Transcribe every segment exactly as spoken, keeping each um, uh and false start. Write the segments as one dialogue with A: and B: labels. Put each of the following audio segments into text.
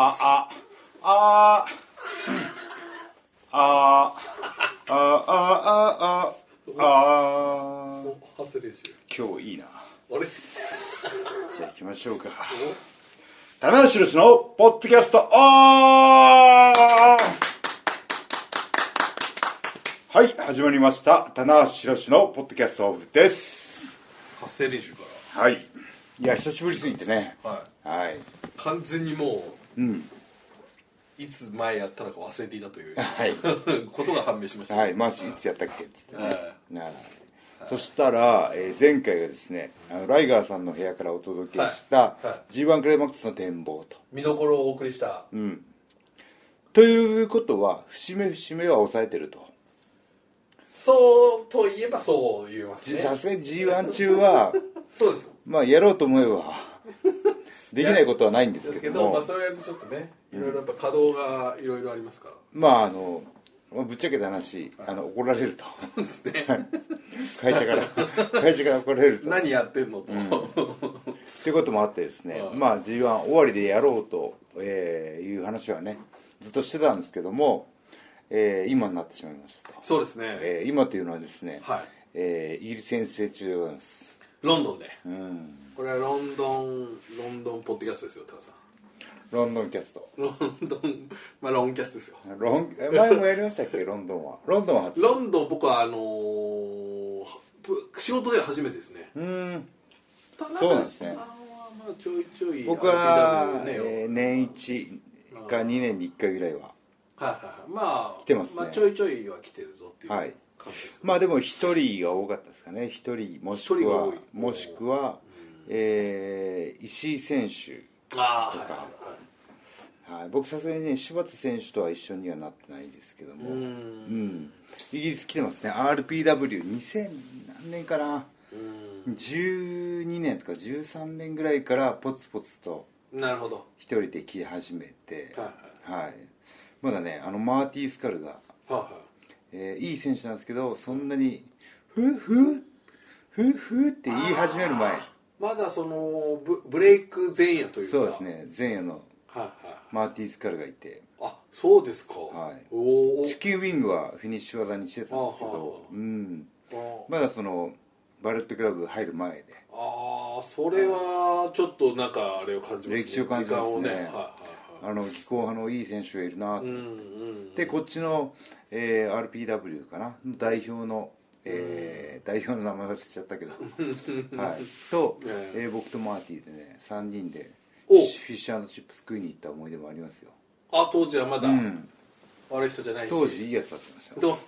A: ああああああああ
B: 発声練習
A: 今日いいな。
B: あれ
A: じゃあ行きましょうか。棚橋宏のポッドキャストオン。はい、始まりました棚橋宏のポッドキャストオフです。
B: 発声練習か
A: ら。はい。いや久しぶりすぎてね。
B: ら、はい、
A: はい、
B: 完全にもう、うん、いつ前やったのか忘れていたという、はい、ことが判明しました。
A: はい、マジいつやったっけっつってね。はい、はい、そしたら、えー、前回がですね、あのライガーさんの部屋からお届けした、はいはい、ジーワン クライマックスの展望と
B: 見どころをお送りした、
A: うん、ということは節目節目は抑えてると。
B: そうといえばそう言えますね。
A: さすがに ジーワン 中は
B: そうです。
A: まあやろうと思えばできないことはないんですけども、
B: まあ、それやるとちょっとね、いろいろやっぱ稼働がいろいろありますから、
A: まああのぶっちゃけた話、はい、あの怒られると。
B: そうですね
A: 会社から会社から怒られると
B: 何やってんのと、うん、
A: っていうこともあってですね、まあ ジーワン 終わりでやろうと、えー、いう話はねずっとしてたんですけども、えー、今になってしまいましたと。
B: そうですね、
A: えー、今というのはですね、
B: はい、
A: えー、イギリス遠征中でございます。
B: ロンドンで、
A: うん、
B: これはロンドンロンドンポッドキャストですよ、田中さん。
A: ロンドンキャスト。
B: ロンドン、まあロンキャストですよ。
A: ロン前もやりましたっけロンドンは。ロンドンは初。
B: ロンドン僕はあのー、仕事では初めてですね。
A: うん。そうなんですね。
B: まあちょいちょい
A: 僕は、ねえー、年いちかにねんにいっかいぐらいは。
B: はいはい。まあ
A: 来てますね。
B: まあちょいちょいは来てるぞっていう。はい。
A: まあでも一人が多かったですかね。一人もしくはもしくは、えー、石井選手とか。あはいはいはいはい、僕さすがにね柴田選手とは一緒にはなってないですけども、うん、うん、イギリス来てますね。 アールピーダブリューにせん 何年かな、じゅうにねんとかじゅうさんねんぐらいからポツポツと
B: なるほど
A: 一人で来始めて、はいはいはい、まだねあのマーティー・スカルが、はいはいえー、いい選手なんですけどそんなにフーフーフーフーって言い始める前、
B: まだその ブ, ブレイク前夜というか、
A: そうですね前夜の
B: はいはい、
A: マーティー・スカルがいて、
B: あそうですか、
A: はい、
B: お
A: 地球ウィングはフィニッシュ技にしてたんですけど、うん、まだそのバレットクラブ入る前で、
B: ああそれはちょっとなんかあれを感じますね、
A: 歴史を感じますね、ね、はいはいはい、あの技巧派のいい選手がいるなと思って、うんうんうん、でこっちの、えー、アールピーダブリュー かな代表の、えー、代表の名前忘れちゃったけど、はい、と、えー、僕とマーティーでねさんにんでフィッシュ&チップ食いに行った思い出もありますよ。あ
B: 当時はまだ、うん、悪い人じゃないし
A: 当時いいやつだってましたよ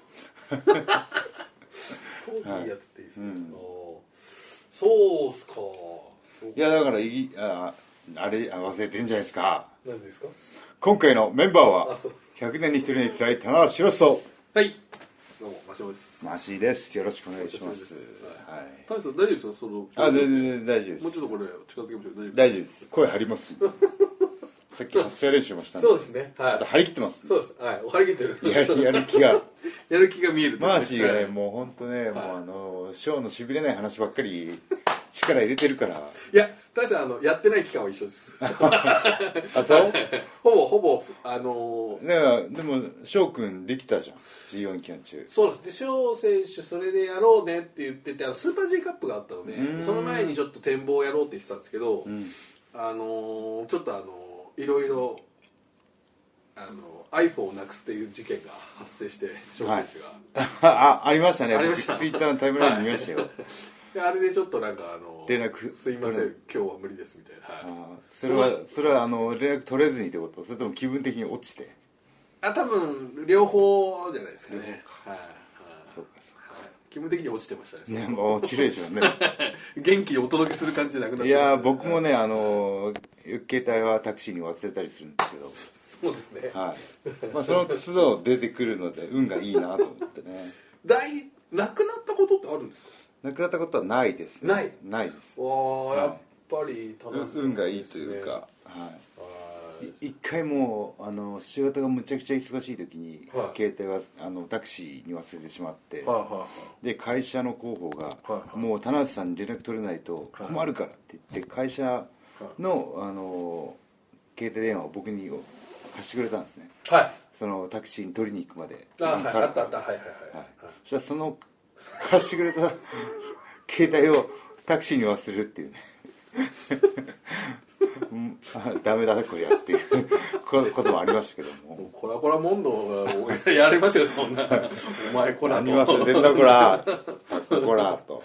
B: 当時いいやつっていいですね、はい、うん、そうっすか。
A: いやだからいぎああれあ忘れてんじゃないですか。
B: 何ですか。
A: 今回のメンバーはひゃくねんにひとりに伝え棚橋宏と、
B: はいどうもマシモです。
A: マシです。よろしくお願いします。
B: はい。タイさん大丈夫ですかその。
A: あ全然大丈夫です。
B: もうちょっとこれ近づけましょう。
A: 大丈夫です。声張ります。さっき発声練習もしたんで。
B: そうですね。はい。
A: あと張り切ってます。
B: そうです。はい。お張り切ってる。
A: やるやる気が。
B: やる気が見える。
A: マーシーがねもう本当ねもうあのショーのしびれない話ばっかり力入れてるから。
B: いや。大さんあのやってない期間は一緒です。
A: あそう
B: ほぼほぼあの
A: ー、でも翔くんできたじゃん ジーワン 期間中。
B: そうですで翔選手それでやろうねって言っててあのスーパー J カップがあったのでその前にちょっと展望をやろうって言ってたんですけど、うん、あのー、ちょっとあのー、いろいろあの iPhone をなくすっていう事件が発生して翔選手が、
A: はい、あ, ありましたね。
B: ありました。
A: ツイッターのタイムラインで見ましたよ、はい
B: あれでちょっとなんかあの
A: 連絡
B: すいません今日は無理ですみたいな、はい、
A: あそれはそれはあの連絡取れずにってことそれとも気分的に落ちて
B: あ多分両方じゃないですかね、はい、はい、
A: そうかそうか、
B: はい、気分的に落ちてましたね。
A: ねもう落ちるでしょうね
B: 元気にお届けする感じじゃなくなってます、
A: ね、いや僕もねあの携帯はタクシーに忘れたりするんですけど
B: そうですね、
A: はいまあ、その都度出てくるので運がいいなと思ってね
B: 大亡くなったことってあるんですか。
A: 亡くなったことはないです、ね、
B: ない
A: ないです。
B: わあ、はい、やっぱり楽しい、ね、
A: 運がいいというか、はい、一回もうあの仕事がむちゃくちゃ忙しい時に、はい、携帯はあのタクシーに忘れてしまって、はいはいはい、で会社の広報が、はいはい、もう田中さんに連絡取れないと困るからって言って会社の、あの携帯電話を僕に貸してくれたんですね。
B: はい。
A: そのタクシーに取りに行くまで。
B: あ、はい、あったあった、はいはいはい。はい、
A: そしたらその貸してくれた携帯をタクシーに忘れるっていうねダメだこりゃっていうこともありましたけども、
B: コラコラ問答がやりますよそんなお前コラと
A: 何忘れてんだコラコラと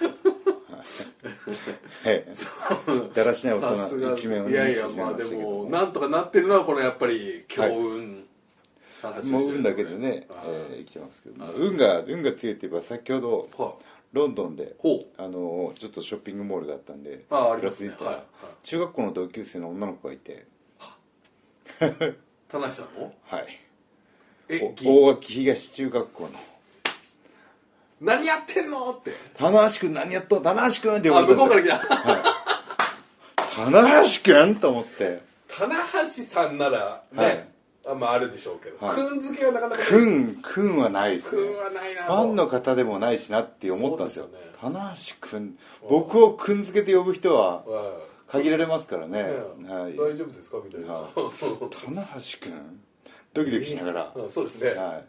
A: だらしない大人の一面を
B: いやいや、まあでもなんとかなってるのはこれやっぱり強運、
A: はい、もう運だけでね、えー、生きてますけど、運が運が強いって言えば先ほど、はあ、ロンドンであのちょっとショッピングモールがあったんで、
B: あありますね、はいはい、
A: 中学校の同級生の女の子がいて
B: 田無さんの
A: はい
B: え
A: 大垣東中学校の
B: 何やってんのって
A: 棚橋君何やっとん棚橋君って呼ばれたんですよ。
B: あ向こうから来た、はい、
A: 棚橋君と思って
B: 棚橋さんならね、はいあまああるでしょうけど、はい、くん付けはなかなかないです。
A: くんくんはないですね。
B: くんはないな。
A: ファンの方でもないしなって思ったんですよ。棚橋くん、僕をくん付けて呼ぶ人は限られますからね。
B: はい、大丈夫ですかみたいな。
A: はい、棚橋くん、ドキドキしながら、
B: えー、そうですね。
A: はい、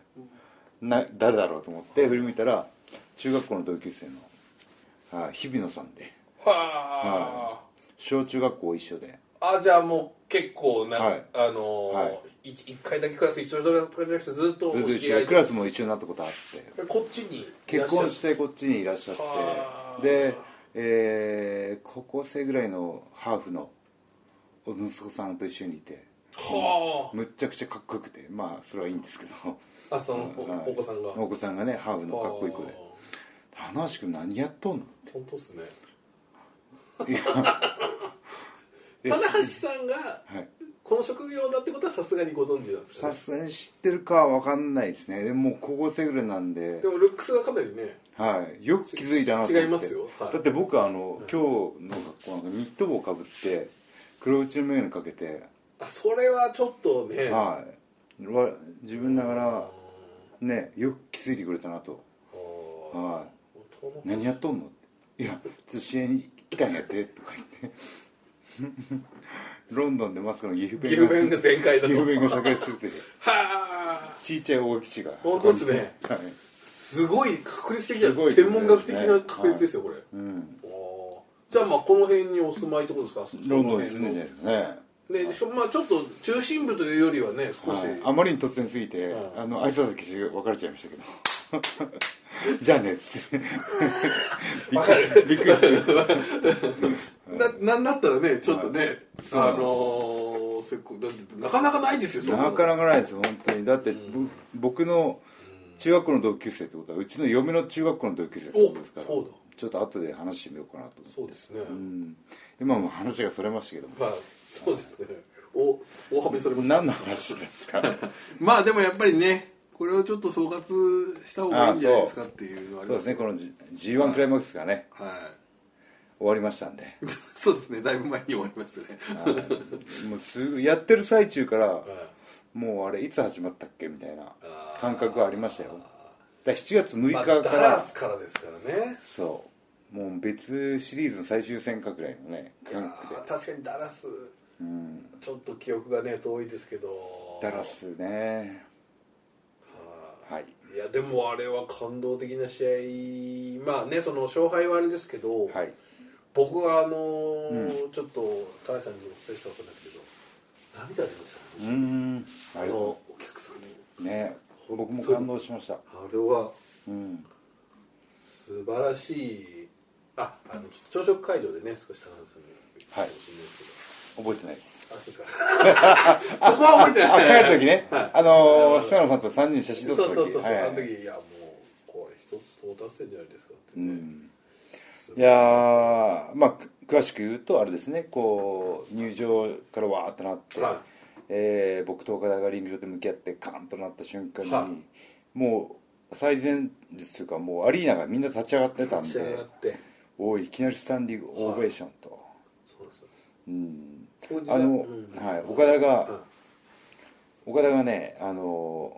A: な誰だろうと思って振り向いたら中学校の同級生の、はい、日比野さんで、
B: は
A: あ、小中学校一緒で。
B: あ、じゃあもう結構な、はい、あのーはい、いいっかいだけクラス一緒だったじゃなくてずっとお知り合い
A: クラスも一緒になったことあって
B: こっちに
A: 結婚してこっちにいらっしゃってで、えー、高校生ぐらいのハーフの息子さんと一緒にいてはあむっちゃくちゃかっこよくてまあそれはいいんですけど
B: あそのお、はい、お子さんが
A: お子さんがねハーフのかっこいい子で棚橋君何やっとんのって
B: 本当っすね
A: いや
B: 棚橋さんが、はい、この職業だってことはさすがにご存知なんですかね。
A: さすがに知ってるかは分かんないですね。でも高校生ぐらいなんで
B: でもルックスがかなりね
A: はいよく気づいたなと思って
B: 違いますよ、はい、
A: だって僕あの、はい、今日の学校なんかニット帽かぶって黒縁の眼鏡かけて
B: あそれはちょっとね
A: はい自分ながらねよく気づいてくれたなとはい何やっとんのっていやちょっと支援に来たんやってとか言ってロンドンでマスクの岐阜弁が
B: 岐阜弁が全開だと
A: 岐阜弁が炸裂するって
B: はあ
A: ちいちゃい大垣市が
B: 本当ですね、はい、すごい確率的な天文学的な確率ですよ、はい、これ、うん、じゃあまあこの辺にお住まいってことですか
A: ロンドンに住んでるじゃないですかね
B: でしかもまあちょっと中心部というよりはね少し、はい、
A: あまりに突然すぎて、はい、あの挨拶だけして別れちゃいましたけどじゃあねっつってびっくりして
B: な, なんだったらねちょっとね、はい、あのー、せっだってなかなかないですよそんな
A: なかなかないです本当にだって、うん、僕の中学校の同級生ってことはうちの嫁の中学校の同級生ってことですから
B: そうだ
A: ちょっと後で話してみようかなと
B: 思ってそうですね、うん、
A: 今も話がそれましたけども、
B: まあ、そうですねお大幅にそれました
A: 何の話なんですか
B: まあでもやっぱりねこれをちょっと総括した方がいいんじゃないですかっていうのはあります
A: そうですねこの ジーワン クライマックスがね、
B: はい、はい
A: 終わりましたんで
B: そうですねだいぶ前に終わりましたね
A: もうすぐやってる最中から、はい、もうあれいつ始まったっけみたいな感覚がありましたよだしちがつむいかから、まあ、
B: ダラスからですからね
A: そうもう別シリーズの最終戦かぐらいのね
B: 感覚で確かにダラス、うん、ちょっと記憶がね遠いですけど
A: ダラスね
B: はい、いやでもあれは感動的な試合まあねその勝敗はあれですけど、はい、僕はあのーうん、ちょっと田中さんにお伝えしたかったんですけど涙出ましたねうんあのお客さんに
A: ね僕も感動しましたあ
B: れは、うん、素晴らしいああの朝食会場でね少し田中さんに言ってほしいんですけど、
A: はい覚えてないです。
B: あ、そうか。そこは覚えてない。
A: 帰る時ね、はい、あのー、菅野さんとさんにん写真撮った時。
B: そうそうそうそう、はい、あの時いやもうこれ一つ到達点じゃないですかって、ね。うん。
A: いやーまあ詳しく言うとあれですね、こう入場からわーっとなって、はい、えー、僕と岡田がリング上で向き合ってカーンとなった瞬間に、はい、もう最前列というかもうアリーナがみんな立ち上がってたんで、
B: 立ち上がって、
A: おいいきなりスタンディングオベーションと。はい、そうです。うん。あの、うん、はい、岡田が、うん、岡田がね、あの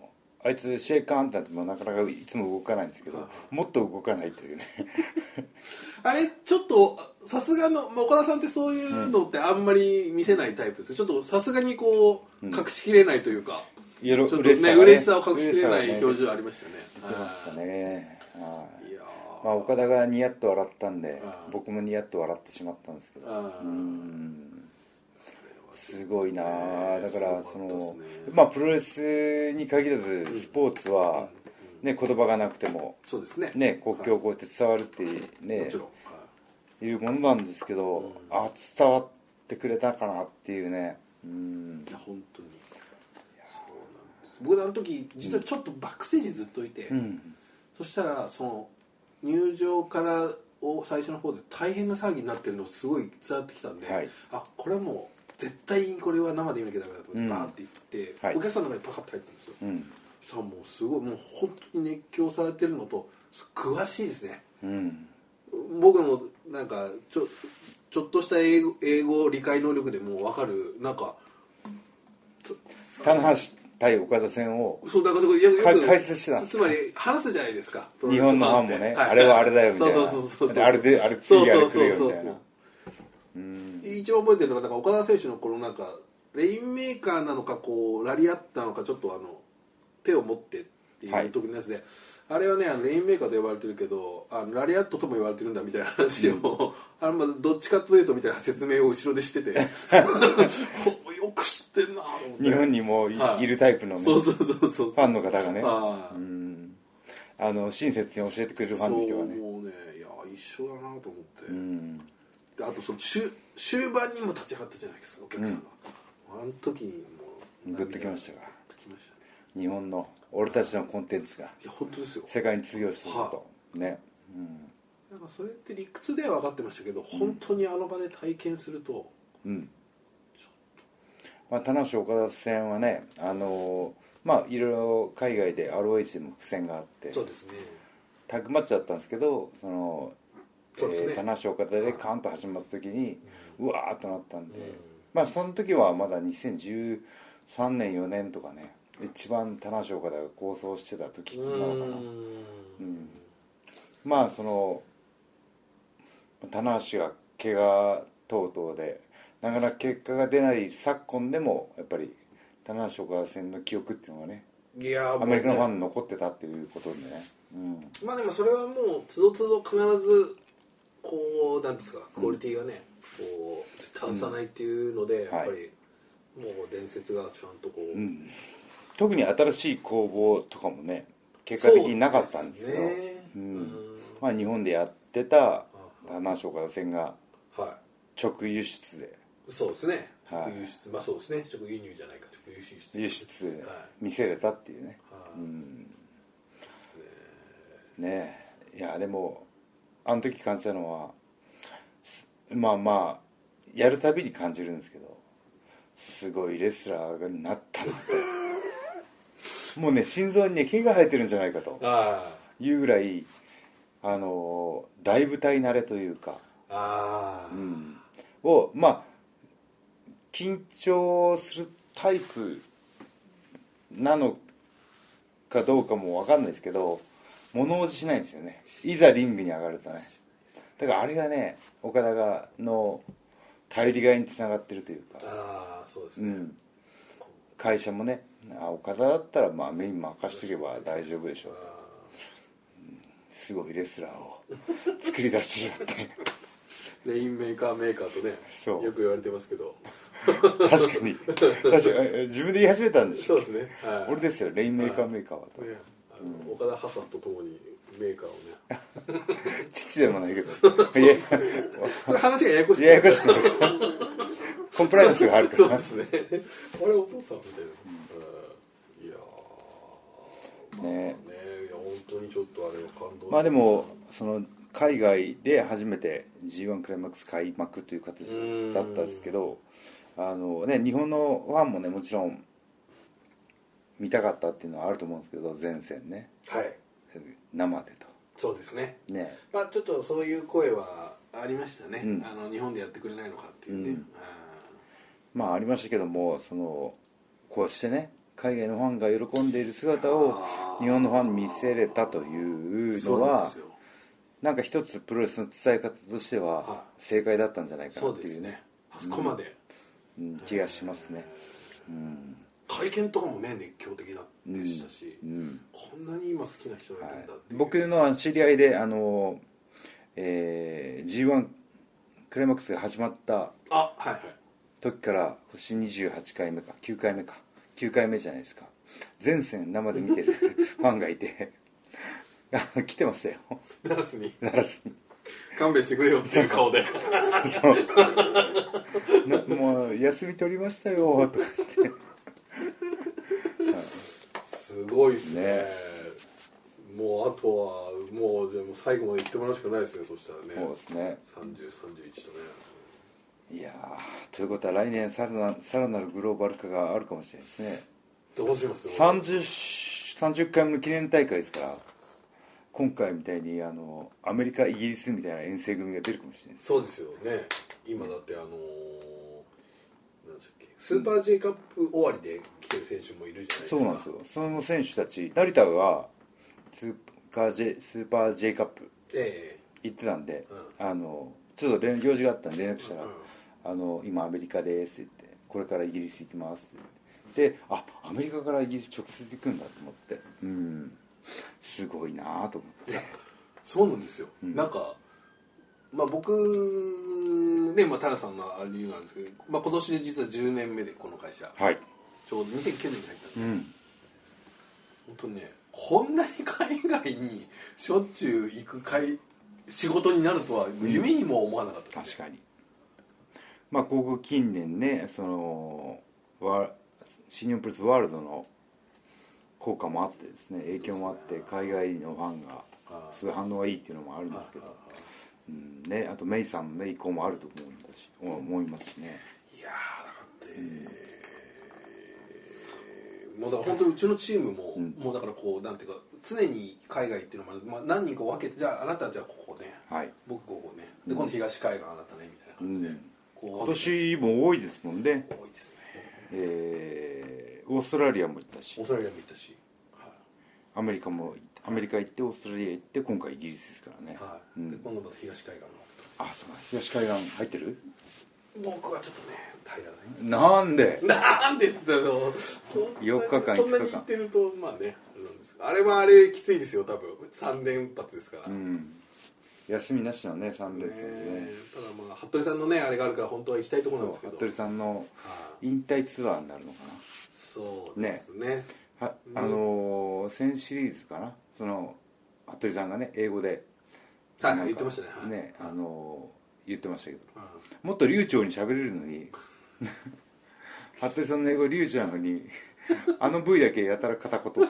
A: あいつ試合カーンってなってもなかなかいつも動かないんですけど、もっと動かないというね
B: あれちょっとさすがの岡田さんってそういうのってあんまり見せないタイプですよ。ちょっとさすがにこう隠しきれないというか、うん、ちょっとね嬉しさを隠しきれない表情ありましたね。
A: 出てましたね。いやまあ岡田がニヤッと笑ったんで僕もニヤッと笑ってしまったんですけど、うんすごいな、だからそのまあプロレスに限らずスポーツはね言葉がなくてもね国境を越えて伝わるってねいうものなんですけど、あ伝わってくれたかなっていうね。うん
B: いや本当にそうなんです。僕あの時実はちょっとバックステージずっといて、そしたらその入場からを最初の方で大変な騒ぎになってるのがすごい伝わってきたんで、あこれはもう絶対にこれは生で見なきゃダメだと思ってバーって言って、はい、お客さんの中にパカッと入ったんですよ、うん、そしたらもうすごいもう本当に熱狂されてるのと詳しいですね、うん、僕のなんかちょ、ちょっとした英語、英語理解能力でもう分かるなんか
A: 棚橋対岡田戦を
B: そうだからよく
A: 解説してたんです。
B: つまり話すじゃないですか
A: 日本のファンもね、はい、あれはあれだよみたいな、そうそうそうそうあれであれ次あれ来るよみたいな。
B: 一番覚えてるのがなんか岡田選手のこのなんかレインメーカーなのかこうラリアットなのかちょっとあの手を持ってっていう時のやつで、はい、あれはねあのレインメーカーと呼ばれてるけどあのラリアットとも言われてるんだみたいな話を、うん、あのまあどっちかというとみたいな説明を後ろでしててよく知ってんなと思って
A: 日本にも い,、はい、いるタイプの、ね、
B: そうそうそうそう
A: ファンの方がね、うんあの親切に教えてくれるファンの人がね
B: そうもうねいや一緒だなと思って、うんであとその終終盤にも立ち上がったじゃないですかお客さんが、うん、あの時にも
A: うグッときましたが、
B: きましたね、
A: 日本の俺たちのコンテンツが
B: いや本当ですよ
A: 世界に通用していると、はあ、ね、うん、
B: なんかそれって理屈では分かってましたけど、うん、本当にあの場で体験すると、うん、
A: ちょっと、まあ、棚橋岡田戦はねあのー、まあいろいろ海外で アールオーエイチ でも苦戦があって
B: そうですね
A: タッグマッチだったんですけどそのそうですね、えー、棚橋岡田でカーンと始まった時に、うん、うわーっとなったんで、うん、まあその時はまだにせんじゅうさんねんよねんとかね一番棚橋岡田が構想してた時なのかな、うんうん、まあその棚橋が怪我等々でなかなか結果が出ない昨今でもやっぱり棚橋岡田戦の記憶っていうのがねいやアメリカのファンに残ってたっていうことでね、うん、
B: まあでもそれはもうつどつど必ずこうなんですかクオリティがね、うん、こう絶対外さないっていうので、うん、やっぱり、はい、もう伝説がちゃんとこう、うん、
A: 特に新しい工房とかもね結果的になかったんですけど、ねうん、まあ日本でやってた棚橋岡田戦が直輸出で、はい、
B: そうですね直輸出、はい、まあそうですね直輸入じゃないか直輸出
A: 輸出で見せれたっていうね、はいうん、ねえいやでもあの時感じたのはまあまあやるたびに感じるんですけどすごいレスラーになったなともうね心臓にね毛が生えてるんじゃないかというぐらいあの大舞台慣れというかあ、うん、をまあ緊張するタイプなのかどうかも分かんないですけど物おじしないんですよねいざリングに上がるとねだからあれがね岡田がの頼りがいにつながってるというか
B: ああそうですね、うん、
A: 会社もねあ岡田だったらまあメイン任しとけば大丈夫でしょうと、うん、すごいレスラーを作り出してしまって
B: レインメーカーメーカーとねそうよく言われてますけど
A: 確かに確かに自分で言い始めたんでしょ
B: そうですね、はい、
A: 俺ですよレインメーカーメーカーはと、ね
B: うん、岡田母とともにメーカーをね
A: 父でもないけど
B: そうそういやそれ話がややこしく
A: ややこしくなるコンプライアンスがあるから
B: そうですねあれお父さんみたいな、うん、いやー、まあ、ねねいや本当にちょっとあれは感動
A: まあでもその海外で初めて ジーワン クライマックス開幕という形だったんですけどあの、ね、日本のファンもねもちろん見たかったっていうのはあると思うんですけど前線ね、
B: はい、
A: 生でと
B: そうですね
A: ね、
B: まあ、ちょっとそういう声はありましたね、うん、あの日本でやってくれないのかっていうね、うん、
A: まあありましたけどもそのこうしてね海外のファンが喜んでいる姿を日本のファンに見せれたというのはなんか一つプロレスの伝え方としては正解だったんじゃないかなっていうね、
B: あそこまで、
A: うん、気がしますね、うん、
B: 会見とかもね熱狂的だでしたし、うんうん、こんなに今好きな人がいるんだっていう、
A: はい、僕の知り合いであの、えー、ジーワン クライマックスが始まった時から星にじゅうはちかいめかきゅうかいめかきゅうかいめじゃないですか、全戦生で見てるファンがいて来てましたよ、
B: ダラスに
A: ダラスに
B: 勘弁してくれよっていう顔で
A: なもう休み取りましたよとか言って
B: すごいっす ね, ねもうあとはもうじゃあもう最後まで言ってもらうしかないですね、そしたらね。
A: そうですね、
B: さんじゅう、さんじゅういちとね。
A: いやーということは来年さらなさらなるグローバル化があるかもしれないですね。
B: どうします
A: さんじゅう、さんじゅっかいめの記念大会ですから、今回みたいにあのアメリカイギリスみたいな遠征組が出るかもしれないです。
B: そうですよね。今だってあのー、なんでしたっけ、スーパー J カップ終わりで来てる選手もいるじゃないですか。
A: そうなんですよ。その選手たち、成田がスーパー J、スーパー J カップ行ってたんで、ええ、うん、あのちょっと連行事があったんで連絡したら、うんうん、あの今アメリカですって言って、これからイギリス行きますって言って、で、あ、アメリカからイギリス直接行くんだと思って、うん、すごいなと思って。
B: そうなんですよ、うん、なんか、まあ、僕ね、まあ、タラさんの理由なんですけど、まあ、今年で実はじゅうねんめでこの会社、
A: はい、
B: ちょうどにせんきゅうねんに入ったんで、うん、本当にね、こんなに海外にしょっちゅう行く会仕事になるとは夢にも思わなかったです、ね、
A: 確かに。まあここ近年ね、その新日本プロレスワールドの効果もあってですね、影響もあって海外のファンがすごい反応がいいっていうのもあるんですけど、うんね、あとメイさんの、ね、意向もあると思うんだし思いますしね。
B: いやーだからって、うん、もうだから本当にうちのチームも、うん、もうだからこうなんていうか常に海外っていうのも、まあ、何人か分けて、じゃああなたはじゃあここね、はい、僕ここね、で今度東海岸あなたねみたいな感じで、うん、
A: こう今年も多いですもんね。
B: 多いですね。
A: えー、オーストラリアも行ったし、
B: オーストラリアも行ったし、
A: はい、アメリカも行って、アメリカ行ってオーストラリア行って今回イギリスですからね、
B: はい、うん、で今度また東海岸も
A: あ、そうか、東海岸入ってる？
B: 僕はちょっとね平ら
A: ない。なんで？
B: なんでって言ったら
A: よっかかん
B: そんなに行ってるとまあね、あれはあれきついですよ多分さん連発ですから、うん、
A: 休みなしのねさん連ですよね。
B: ただまあ服部さんのねあれがあるから本当は行きたいところなんですけど、
A: 服部さんの引退ツアーになるのかな。
B: そうですね。ね
A: はあのー、先シリーズかな、その服部さんがね英語で
B: はい言ってましたね、はい、
A: ね、あのー、言ってましたけど、はい、もっと流暢に喋れるのに服部さんの英語流暢なのにあの V だけやたら片言って、ね、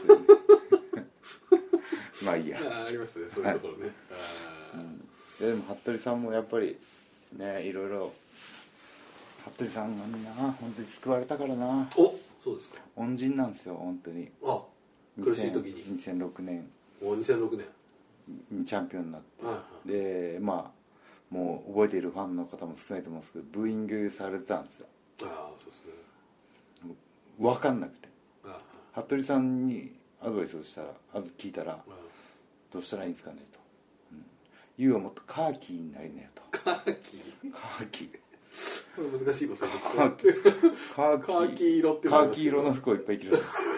A: まあいいや、
B: あ, ありますねそういうところね、はい、
A: うん、でも服部さんもやっぱりねいろいろ服部さんがみんな本当に救われたからな。
B: お、そうですか。
A: 恩人なんですよ本当に。
B: あ、苦しい時に
A: にせんろくねん
B: おにせんろくね
A: んにチャンピオンになって、
B: はいはい、
A: でまあもう覚えているファンの方も少ないと思うんですけどブーイングされてたんですよ。
B: ああそうですね。
A: 分かんなくて、服部さんにアドバイスをしたら聞いたらどうしたらいいんですかねと、うん、ユウはもっとカーキーになりなよと。
B: カーキー
A: カーキー
B: 難しいこと
A: カーキーカ
B: ーキー色って
A: カーキー色の服をいっぱい着る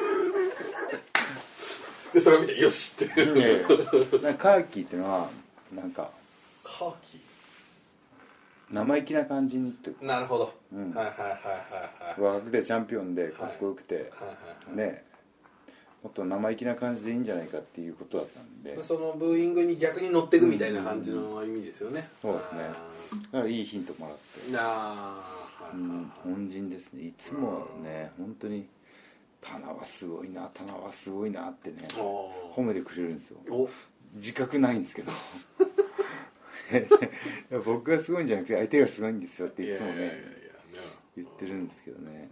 B: でそれを見てよしって
A: なんかカーキーっていうのはなんか
B: カーキー
A: 生意気な感じにって
B: なるほど、
A: うん、
B: はいはいはいはい
A: 若くてチャンピオンでかっこよくて、はいはいはいはい、ねもっと生意気な感じでいいんじゃないかっていうことだったんで、
B: そのブーイングに逆に乗っていくみたいな感じの意味ですよね、
A: うんうんうん、そうですね。だからいいヒントもらって、
B: あ、
A: うん、恩人ですね。いつもね本当に棚はすごいな棚はすごいなってね褒めてくれるんですよ。自覚ないんですけど僕がすごいんじゃなくて相手がすごいんですよっていつもね言ってるんですけどね、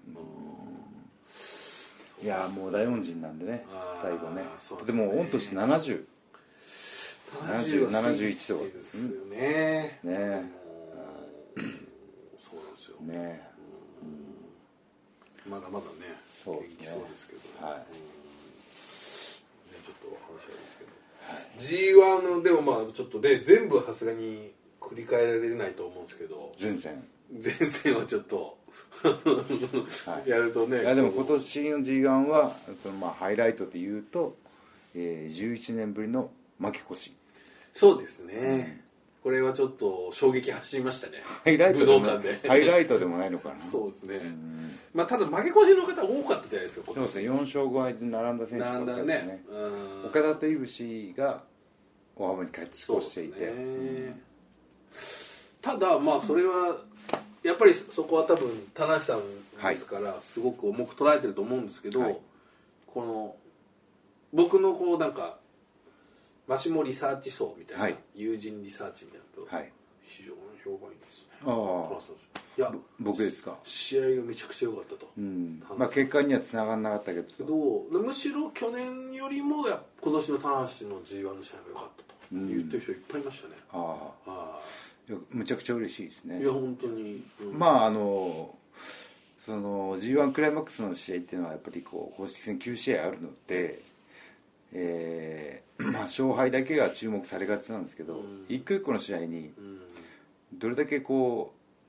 A: うん、いやもう大恩人なんでね最後ね。でも御年ななじゅう、ななじゅう、ななじゅういちとか
B: ですよね。
A: ねえ、
B: そうなんですよ
A: ね、
B: うん、まだまだね
A: そうですね、
B: そうですけど、 ジーワン のでもまあちょっとね全部はさすがに繰り返られないと思うんですけど、
A: 前線
B: 前線はちょっとはい、やるとね。
A: いやでも今年の ジーワン はそのまあハイライトでいうと、えー、じゅういちねんぶりの負け越し。
B: そうですね、うん、これはちょっと衝撃走りましたね。
A: ハイライトでも
B: 武道館で
A: ハイライトでもないのかな。
B: そうですね、うん、まあただ負け越しの方多かったじゃないですか今年。
A: そうですね、よんしょうごはいで並んだ選手ばっかりですね。ね、うん、岡田と井伏が大幅に勝ち越していて、ね、うん、
B: ただまあそれはやっぱりそこは多分田無さんですからすごく重く捉えてると思うんですけど、はい、この僕のこうなんかマシモリサーチ層みたいな、はい、友人リサーチみたいなと、はい、非常に評判いいですね。ああ、いや
A: 僕ですか。
B: 試合がめちゃくちゃ良かったと、
A: うん、まあ結果にはつながらなかったけど
B: むしろ去年よりもや今年の田無の ジーワン の試合が良かったと言ってる人いっぱいいましたね。うん、あ
A: あ、むちゃくちゃ嬉しいですね。
B: いや本当に、
A: うん、まああのその ジーワン クライマックスの試合っていうのはやっぱりこう公式戦きゅうしあいあるので、えーまあ、勝敗だけが注目されがちなんですけど、うん、一個一個の試合にどれだけこ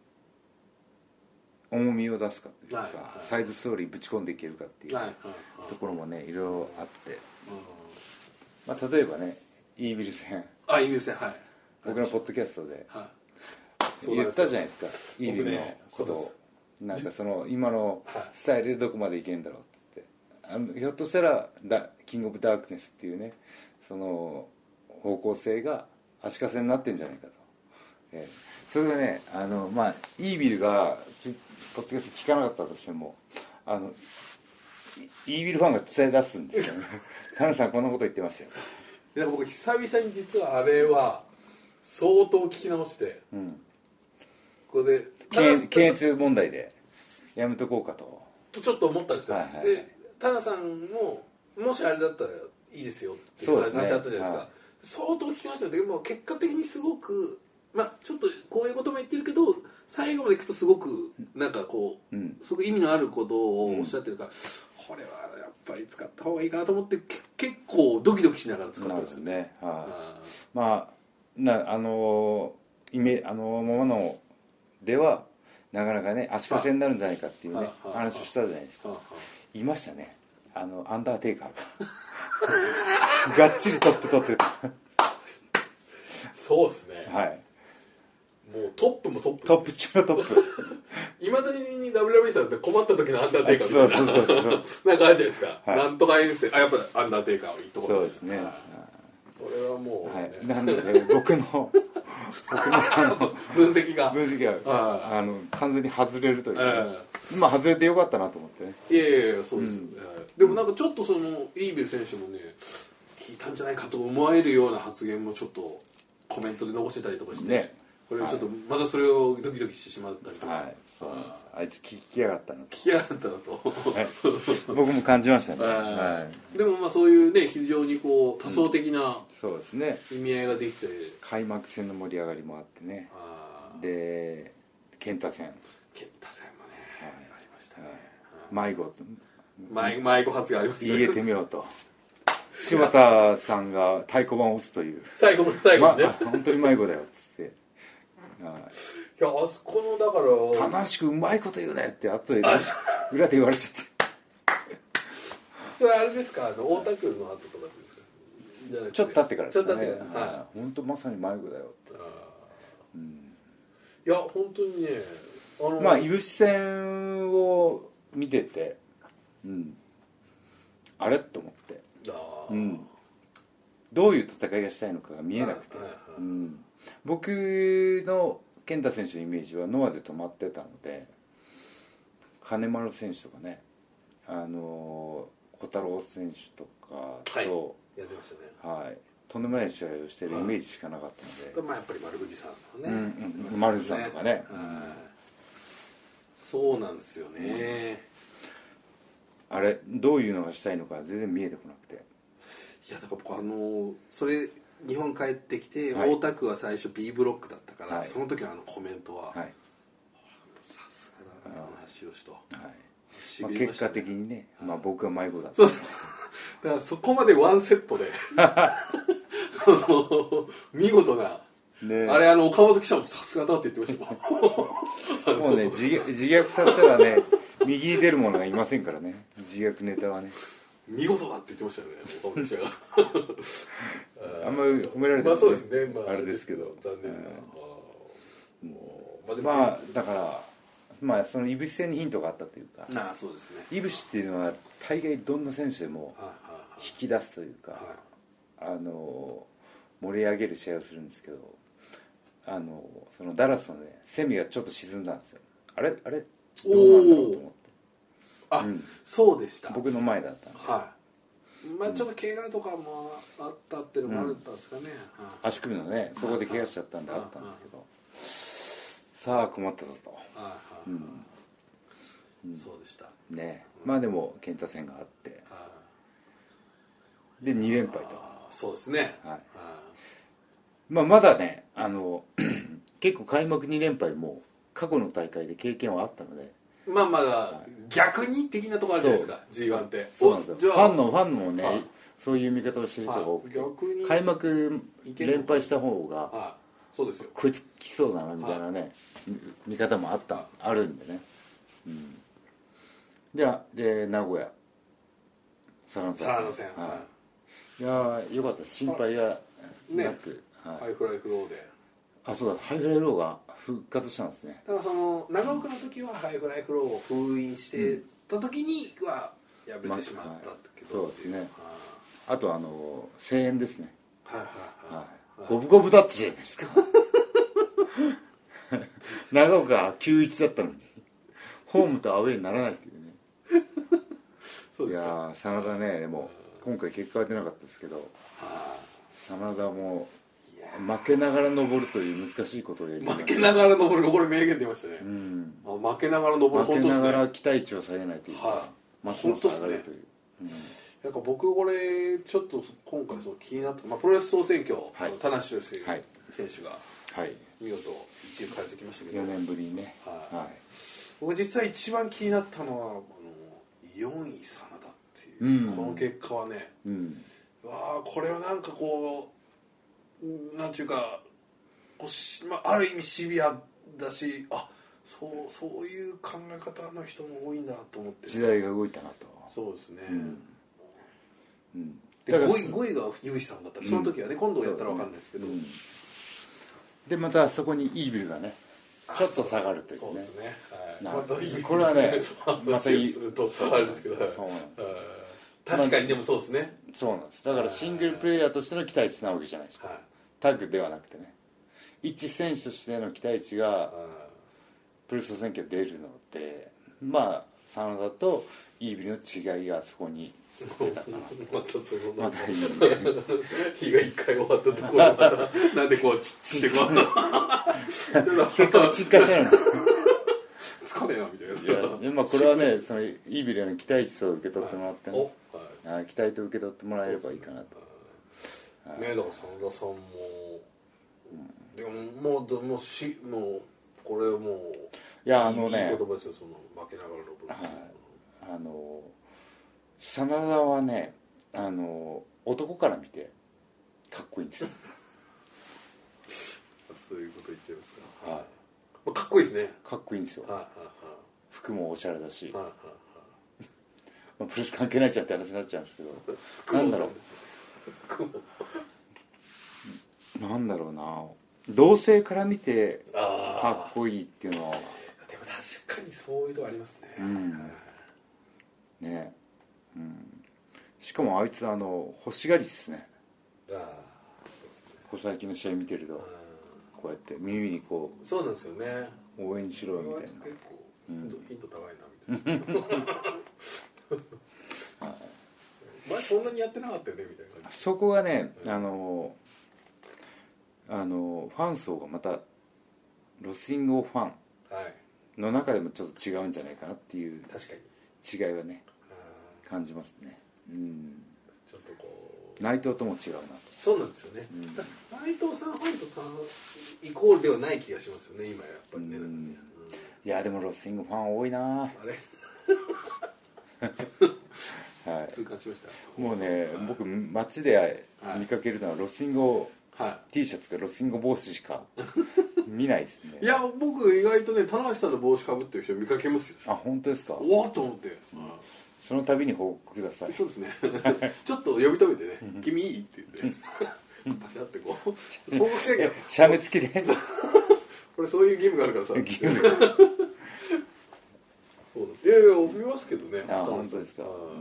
A: う重みを出すかというか、はいはい、サイドストーリーぶち込んでいけるかっていうところもねいろいろあって、まあ、例えばねイービル戦、
B: あイービル戦、はい、
A: 僕のポッドキャストで言ったじゃないですか、イービルのことを、なんかその今のスタイルでどこまでいけるんだろうって言って、あのひょっとしたらダキングオブダークネスっていうねその方向性が足かせになってんじゃないかと、えー、それがねあのまあイービルがポッドキャスト聞かなかったとしてもあのイービルファンが伝え出すんですよね田中さんこんなこと言ってましたよ。
B: いや僕久々に実はあれは相当聞き直して、うん、ここで
A: 検閲問題でやめとこうかと
B: とちょっと思ったんですよ、はいはい、で田中さんももしあれだったらいいですよっていう話あったじゃないですか、はい、相当聞きましたけどでも結果的にすごくまあちょっとこういうことも言ってるけど最後までいくとすごくなんかこう、うん、すごく意味のあることをおっしゃってるから、うん、これはやっぱり使った方がいいかなと思って結構ドキドキしながら使ってますよね。
A: なるほどね、はあ、まあなあのイメあのままのではなかなかね足かせになるんじゃないかっていうね話をしたじゃないですか。言いましたね、あのアンダーテイカーががっちりトップ取ってた
B: そうですね、
A: はい、
B: もうトップもトップ、
A: ね、トップ中のトップ
B: いまだに ダブリューダブリューイー さんって困った時のアンダーテイカーみたいな
A: そうそうそうそう
B: なんかあるじゃないですか、はい、なんとか遠征あやっぱりアンダーテイカーをいいところ
A: そうですね、
B: これはもう、ね、
A: はい、なので僕の僕の
B: 分析が
A: 分析があの完全に外れるという、ね、今外れてよかったなと思ってね。
B: いやいやいやそうです、うん、でもなんかちょっとそのイービル選手もね聞いたんじゃないかと思えるような発言もちょっとコメントで残してたりとかして、ね、これちょっとまたそれをドキドキしてしまったりとか、はい、
A: そうなんです。あいつ聞きやがったなと
B: 聞きやがったなと、
A: はい、僕も感じましたね、は
B: い、でもまあそういうね非常にこう多層的な、うん、
A: そうですね
B: 意味合いができて
A: 開幕戦の盛り上がりもあってね、で健太戦
B: 健太戦もね、はい、ありましたね、
A: はい、迷子
B: 迷迷子発がありましたね
A: 言えてみようと柴田さんが太鼓判を打つという
B: 最後の最後にね、
A: ま、本当に迷子だよっつって
B: はい、いやあそこのだから
A: 悲しくうまいこと言うねって後で裏で言われちゃって
B: それあれですか、あの大田区の後とかですか
A: じゃなくてちょっと経ってからですかね。
B: ちょっと経ってから、はい、
A: 本当まさに迷子だよって、
B: うん、いや本当にね
A: あのまあいぶし戦を見てて、うん、あれと思って、あ、うん、どういう戦いがしたいのかが見えなくて、はいはいはい、うん、僕の健太選手のイメージはノアで止まってたので金丸選手とかね、あの小太郎選手とかと、はい、
B: やってましたね、
A: はい、とんでもない試合をしてるイメージしかなかったので、
B: まあやっぱり丸藤さんのね、
A: うんうん、丸藤さんとかね、うん、
B: そうなんですよね、
A: うん、あれどういうのがしたいのか全然見えてこなくて、
B: いやだから僕あのそれ日本帰ってきて、はい、大田区は最初 B ブロックだったから、はい、その時のあのコメントは、はい、さすがだな橋吉と、はい、
A: まあ、結果的にね、まあ、僕は迷子だった
B: そうだからそこまでワンセットでの見事な、ね、あれあの岡本記者もさすがだって言ってましたよ。
A: もうね自虐、自虐させたらね右に出る者がいませんからね、自虐ネタはね。
B: 見事だって言ってましたよね、岡本記者が。
A: あんまり褒められて
B: も、ね、まあそうですね、まあ、
A: あれですけど、
B: 残念な、
A: うん、もうまあだからまあそのいぶし戦にヒントがあったというか、
B: ああそうですね、
A: いぶしっていうのは大概どんな選手でも引き出すというか、はい、あの盛り上げる試合をするんですけど、あのそのダラスのねセミがちょっと沈んだんですよ。あれあれどうなんだろうと思って、
B: あ、うん、そうでした。
A: 僕の前だったんで、
B: はい、まあちょっと怪我とかもあったっていうのもあるんですかね、うん、
A: 足首のねそこで怪我しちゃったんであったんですけど、さあ困ったぞと、うん
B: うん、そうでした
A: ね。まあでも健太戦があってでに連敗と、
B: そうですね、はい、
A: まあまだねあの結構開幕に連敗も過去の大会で経験はあったので、
B: まあまあ、はい、逆に的なところあるじゃないですか ジーワン って。
A: そうなんですよ。ファンのファンもね、はい、そういう見方をしてる人が多くて、はい、開幕連敗した方が、
B: はい、そうですよ、
A: こいつ来そうだなみたいなね、はい、見方もあった、はい、あるんでね、うん、でで名古屋
B: 佐野戦、は
A: い、いやよかったです。心配はなく、ね、
B: はい、ハイフライフローで、
A: あ、そうだ、ハイフライフローが復活したんですね。
B: だからその長岡の時はハイフライフローを封印してた時には敗れてしまったけど、
A: そうですね。あとあの声援ですね。
B: はいはいはい、
A: 五分五分だったじゃないですか。長岡はきゅういちだったのにホームとアウェーにならないっていうね。そうですよ。いや真田ね、でも今回結果は出なかったですけど、真田も負けながら登るという難しいことをやりました。
B: 負けながら登る、これ名言出ましたね、うん、負けながら登る、
A: 負けながら期待値を下げないというか、
B: はい、
A: ますます上がるという、うん、
B: なんか僕これちょっと今回その気になった、まあ、プロレス総選挙、はい、田無選手が見事いちい帰ってきましたけど、
A: よねんぶりにね、
B: はいはい、僕実は一番気になったのはあのよんい真田っていう、うん、この結果はね、うん、うわこれはなんかこうなんていうかこうし、まあ、ある意味シビアだし、あ、そうそういう考え方の人も多いんだと思って、ね、
A: 時代が動いたなと。
B: そうですね、
A: うん
B: うん、で ご, いごいが井口さんだったら、その時はね、うん、今度やったら分かんないですけど、うん、
A: でまたそこにイービルがねちょっと下がるというね。
B: そうですね、
A: はい、またこれはねまたいい
B: するとあれですけど、そうなんです。確かに、でもそうですね。
A: そうなんです。だからシングルプレイヤーとしての期待値なわけじゃないですか、はい、タッグではなくてね、一選手としての期待値がプロレス選挙出るので、まあ真田とイービルの違いがそこに出たかな
B: またその
A: またいいね
B: 日が一回終わったところまたなんでこうちっちゃいこう
A: せっかく沈下してるの
B: つかねえなみたいな。
A: いや、まあこれはね、そのイービルへの期待値と受け取ってもらってね、はい、期待と受け取ってもらえればいいかなと。
B: ねえ、だから真田さんも、うん、でももうもうしもうこれもう
A: いやあのね、
B: いい言葉ですよ、その負けながら登る、はい、
A: あの真田はね、あの男から見てかっこいいんですよ。
B: そういうこと言っちゃいますか。はい。かっこいいですね。
A: かっこいいんですよ。
B: はあはあ、
A: 服もおしゃれだし、
B: はあはあ、
A: まあプレス関係ないじゃんって話になっちゃうんですけど、なんだろう、なんだろうな、同性から見てかっこいいっていうのは、でも
B: 確かにそういうとこありますね。うん、
A: ね、うん、しかもあいつあの欲しがりですね。ああ、そうですね。こう最近の試合見てると、こうやって耳にこう、
B: そうなんですよね。
A: 応援しろみたいな。結
B: 構ヒント高いなみたいな。前そんなにやってなかったよねみたいな感じ。
A: そこがね、あのあのファン層がまたロスインゴファンの中でもちょっと違うんじゃないかなっていう違いはね感じますね。うん。ちょっとこう内藤とも違うなと。
B: そうなんですよね。うん、内藤さんファンとさんイコールではない気がしますよね今やっぱりね。うん、
A: いやでもロスインゴファン多いな。あれはい、
B: 痛感しました。
A: もうね、僕街で見かけるのはロスインゴ、はい、T シャツかロスインゴ帽子しか見ないですね。
B: いや僕意外とね棚橋さんの帽子かぶってる人見かけますよ。
A: あ、本当ですか。
B: おわっと思って、うん、
A: その度に報告ください。
B: そうですねちょっと呼び止めてね「君いい?」って言ってパシャってこう報告しなきゃ
A: 写メ付きで
B: これそういう義務があるからさ義務そうです。いやいや見ますけどね。
A: あ、本当ですか。うん、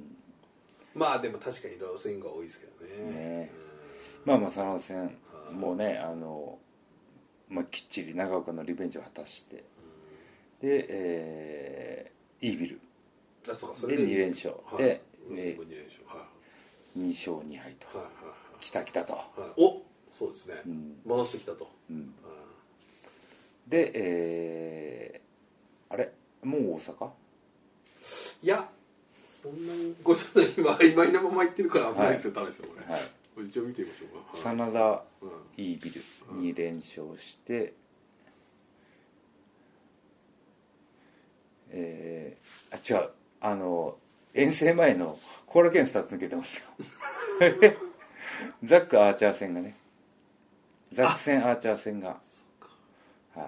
B: まあでも確かにロスインゴが多いですけどね。
A: ね、まあまあ佐野戦もうね、あの、まあ、きっちり長岡のリベンジを果たして、で、えー、イービル
B: あそうかそれ
A: でに連勝、はい、で、ね、に勝に敗と、
B: はいはいはい、
A: 来た来たと、はい、
B: おそうですね、うん、戻してきたと、うん、
A: で、えー、あれもう大阪？
B: いやそんなにこれちょっと今曖昧なまま言ってるから危ないですよ、はい、ですよこれ、はい、これ一応見てみましょうか。
A: 真田、うん、イービルに連勝して、えー、あ違うあの遠征前の後楽園ふたつ抜けてますよザック・アーチャー戦がね、ザック戦アーチャー戦が、はい、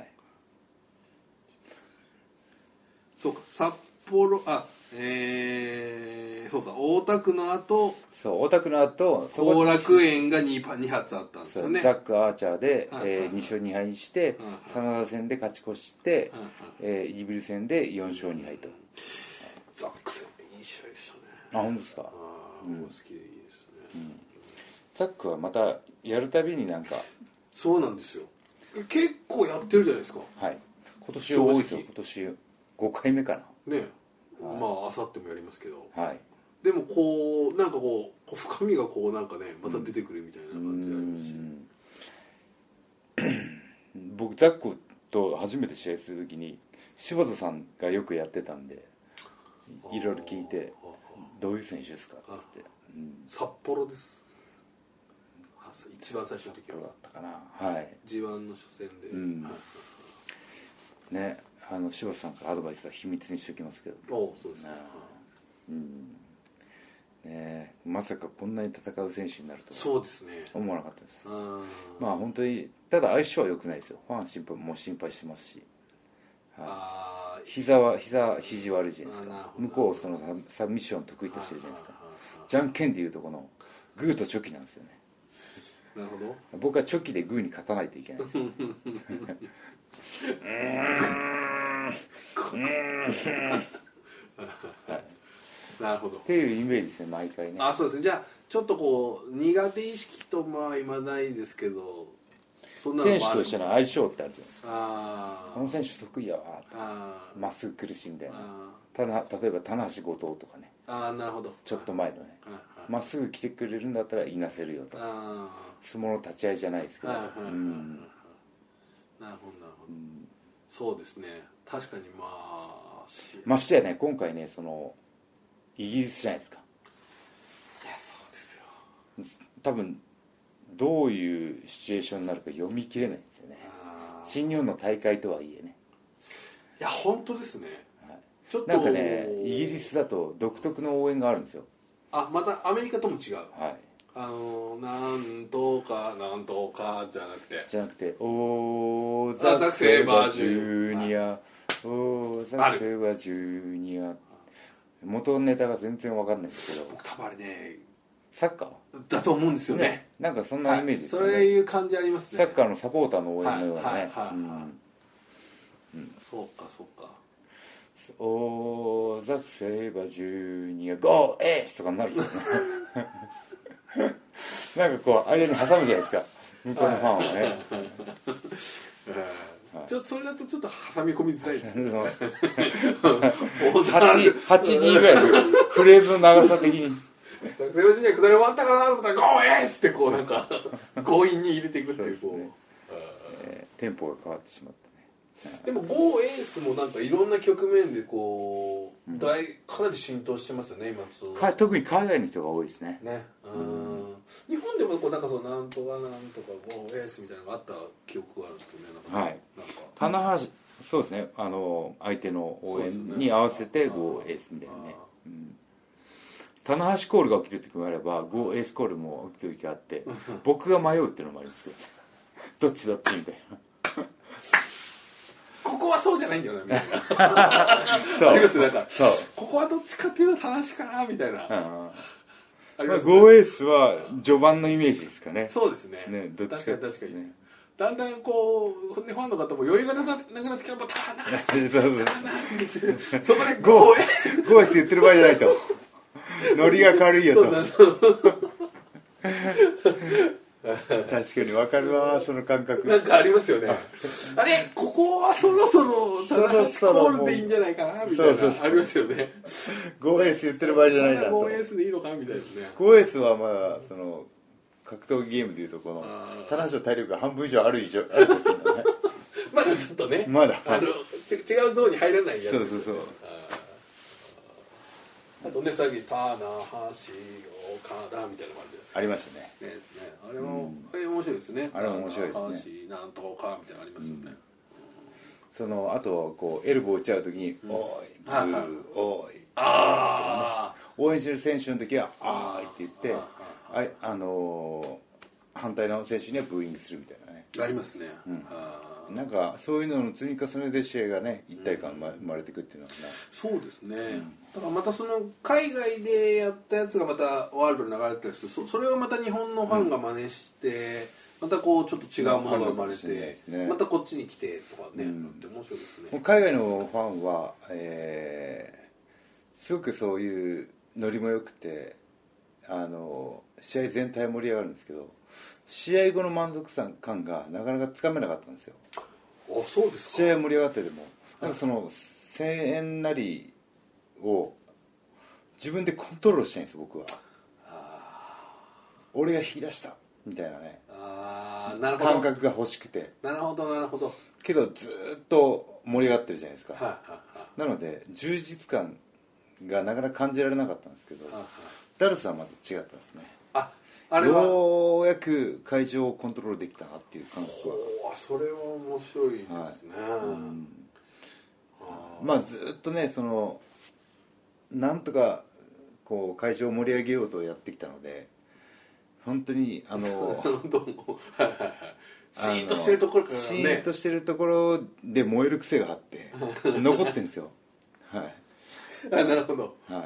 B: そうか札幌、あえー、そうか大田区の後、
A: そう大田区の後
B: 後楽園が 2, 2発あったんですよね。
A: ザック・アーチャーで、はいはいはい、えー、に勝に敗して、はいはい、真田戦で勝ち越して、はいはい、えー、イービル戦でよん勝に敗と。
B: ザック戦いい試合でしたね。
A: あ、本当ですか。あ、
B: うん、好きでいいですね、うん、
A: ザックはまたやるたびになんか
B: そうなんですよ、結構やってるじゃないですか。
A: はい、今年多いですよ。今年ごかいめかなね、
B: はい、まああさってもやりますけど、
A: はい、
B: でもこうなんかこう深みがこうなんかねまた出てくるみたいな感じでありますし、
A: うん、僕ザックと初めて試合するときに柴田さんがよくやってたんでいろいろ聞いてどういう選手ですかって言って、
B: うん、札幌です。一番最初の時は
A: だったかな、はい、
B: ジーワン の初戦で、うんはい、
A: ね、あの柴田さんからアドバイスは秘密にしておきますけど、
B: おそうですね、
A: うんね、まさかこんなに戦う選手になるとは
B: そうですね
A: 思わなかったです。まあ本当にただ相性は良くないですよ。ファン心配も心配してますし、はい、あ膝は膝肘悪いじゃないですか。向こうそのサブミッション得意としてるじゃないですか。じゃんけんでいうとこのグーとチョキなんですよね。
B: なるほど。
A: 僕はチョキでグーに勝たないといけないです。うーんう
B: ーんはいなるほど
A: っていうイメージですね毎回ね。
B: あ、そうですね。じゃあちょっとこう苦手意識とまあ今ないですけど、
A: そんなの選手としての相性ってあるじゃないですか。
B: あ
A: この選手得意やわまっすぐ来るしみたいな。ただ例えば棚橋後藤とかね。
B: ああなるほど。
A: ちょっと前のねまっすぐ来てくれるんだったらいなせるよとか。相撲の立ち合いじゃないですけど。なるほどなるほ
B: ど。そうですね。確かにまあ
A: ましてやね今回ねそのイギリスじゃないですか。
B: いやそうですよ。
A: 多分どういうシチュエーションになるか読み切れないんですよね。新日本の大会とはいえね。
B: いや本当ですね、
A: はい、ちょっとなんかねイギリスだと独特の応援があるんですよ。
B: あ、またアメリカとも違う。
A: はい。
B: あのなんとかなんとかじゃなくて
A: じゃなくてオーザクセイバージュニアオーザクセイバージュニア元ネタが全然わかんないんですけど、
B: 僕多分あれね
A: サッカー
B: だと思うんですよね。ね
A: なんかそんなイメージですよね、
B: はい、そういう感じありますね。
A: サッカーのサポーターの応援のようなね。
B: そうかそうか。
A: オーザクセイバージュニアゴーエースとかになるんですよねなんかこう間に挟むじゃないですか向こうのファンはね、はい
B: ちょっとそれだとちょっと挟み込みづらいですね
A: はちにんぐらいフレーズの長さ的に
B: 作戦は下り終わったかなと思ったらゴーエースってこうなんか強引に入れていくっていうこう、ね
A: えー、テンポが変わってしまったね。
B: でもゴーエースもなんかいろんな局面でこう、うん、大かなり浸透してますよね今その
A: か特に海外の人が多いですね。
B: ねうん、日本でもこうなんかそのなんとかなんとかゴーエースみたいなのがあった記憶があるんですけどね。なんか
A: はいなんか棚橋そうですねあの相手の応援に合わせてゴーエースみたいなね、うん、 棚橋コールが起きる時もあればゴーエースコールも起きる時があって僕が迷うっていうのもありますけどどっちどっちみたいな
B: ここはそうじゃないんだよなみたいなそうありますなんかそうここはどっちかっていうと棚橋かなみたいな、うんありますね、
A: まあ、ゴーエースは序盤のイメージですかね。
B: そうですね。
A: ねどっちか
B: 確かに確かに、ね、だんだんこうファンの方も余裕がなくなってきたらタナーそこでゴーエース
A: ゴーエース言ってる場合じゃないとノリが軽いよとそうそう確かに分かるわその感覚
B: なんかありますよねあれここはそろそろ棚橋コールでいいんじゃないかなみたいなありますよね
A: ゴーエース言ってる場合じゃないなと
B: ゴーエースでいいのかみたいなね
A: ゴーエースはまだその格闘技ゲームでいうとこの棚橋の体力が半分以上ある以上ある時のね
B: まだちょっとね
A: まだ
B: あのち違うゾーンに入らないやつ
A: そうそうそう
B: あとねさっき棚橋岡田みたいなのもあるじゃないですか
A: ありましたね
B: ねですねあれも、うん、あれ面白いですね
A: あれも面白いですね
B: なんとかみたいなのありますよね、うん、
A: そのあとこうエルボー打ち合う時に、うん、おいブーおい
B: ああ
A: 応援してる選手の時はあーいって言ってああのー、反対の選手にはブーイングするみたいなね
B: ありますね、
A: うん、あなんかそういうのの積み重ねで試合がね一体感生まれていくっていうのはね、
B: そうですね、うん、だからまたその海外でやったやつがまたワールドに流れてたりする そ, それをまた日本のファンが真似して、うん、またこうちょっと違うものが生まれて、ね、またこっちに来てとかね、うん、って面白いですね
A: 海外のファンは、えー、すごくそういうノリも良くてあの試合全体盛り上がるんですけど試合後の満足感がなかなかつかめなかったんですよ。
B: あ、そうですか。
A: 試合盛り上がってでもなんかその声援なりを自分でコントロールしたいんですよ僕は。あ俺が引き出したみたいなね
B: あなるほど
A: 感覚が欲しくて
B: なるほどなるほど
A: けどずっと盛り上がってるじゃないですか、
B: はあはあ、
A: なので充実感がなかなか感じられなかったんですけど、はあはあ、ダルスはまた違ったんですね。
B: ああれは
A: ようやく会場をコントロールできたなっていう感覚は
B: それは面白いですね、はいうん、
A: まあずっとねそのなんとかこう会場を盛り上げようとやってきたので本当にあの
B: シーンとしてるところからね
A: シーンとしてるところで燃える癖があって残ってるんですよはい
B: あなるほど、
A: はい、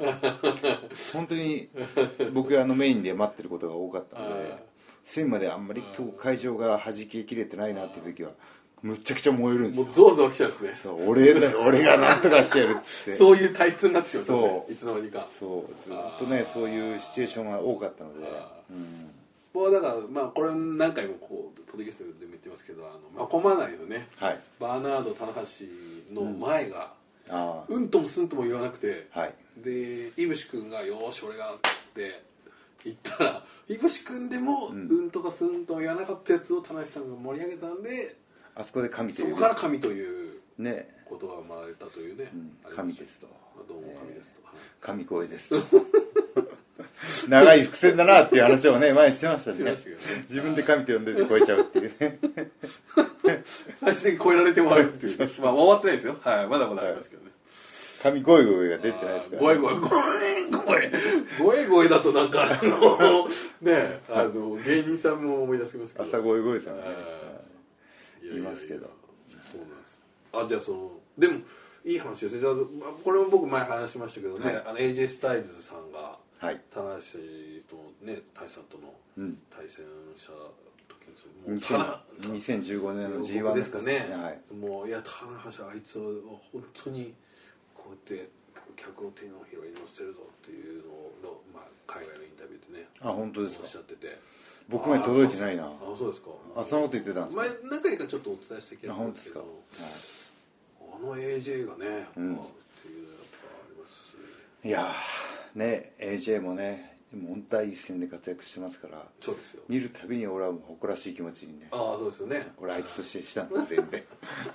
A: 本当に僕あのメインで待ってることが多かったので線まであんまり今日会場が弾ききれてないなっていう時はむっちゃくちゃ燃えるんですよ。
B: もうゾワゾワ来ちゃうんですね。
A: そう俺だ俺がなんとかしてやるっつって
B: そういう体質になってしまったねいつの間にか
A: そうずっとねそういうシチュエーションが多かったので
B: 僕はだからまあこれ何回もこうポッドキャストでも言ってますけどあのマコマ内のね、はい、バーナード棚橋の前が、うん、あうんともすんとも言わなくて、はい、でいぶし君がよーし俺がって言ったらいぶし君でも、うん、うんとかすんとも言わなかったやつを棚橋さんが盛り上げたんで
A: あそこで神という、
B: ね、そこから神ということが生まれたというね、
A: うん、神ですと
B: どうも神ですと、
A: えー、神声です長い伏線だなっていう話をね前にしてましたねね自分で神と呼んでて超えちゃうっていうね
B: 最終的に超えられてもらうっていうまあ終わってないですよ、はい、まだまだありますけどね、
A: はい、神声声が出てないですから、ね、
B: 声声声声声声だとなんかあのねあの芸人さんも思い出しますけど
A: 朝声声さんねいますけど
B: そうなんですあじゃあそのでもいい話ですねこれも僕前話しましたけどね、はい、あの エージェー スタイルズさんがはい棚橋とねタイさんとの対戦した時に、
A: うん、にせんじゅうごねんの ジーワン
B: ですかね、はい、もういや棚橋あいつは本当にこうやって客を手のひらに乗せるぞっていうのを、まあ、海外のインタビューでね
A: あ本当ですか
B: おっしゃってて
A: 僕まで届いてないなあ
B: そうですか
A: あそのこと言ってたんですか
B: 前何回かちょっとお伝えした気がするんですけどあの エージェー がね、うん、っていうのやっぱありますし
A: いやね エージェー もね本当一戦で活躍してますから
B: そうですよ
A: 見るたびに俺はもう誇らしい気持ちにね
B: ああそうですよね
A: 俺あいつとしてしたんだ全然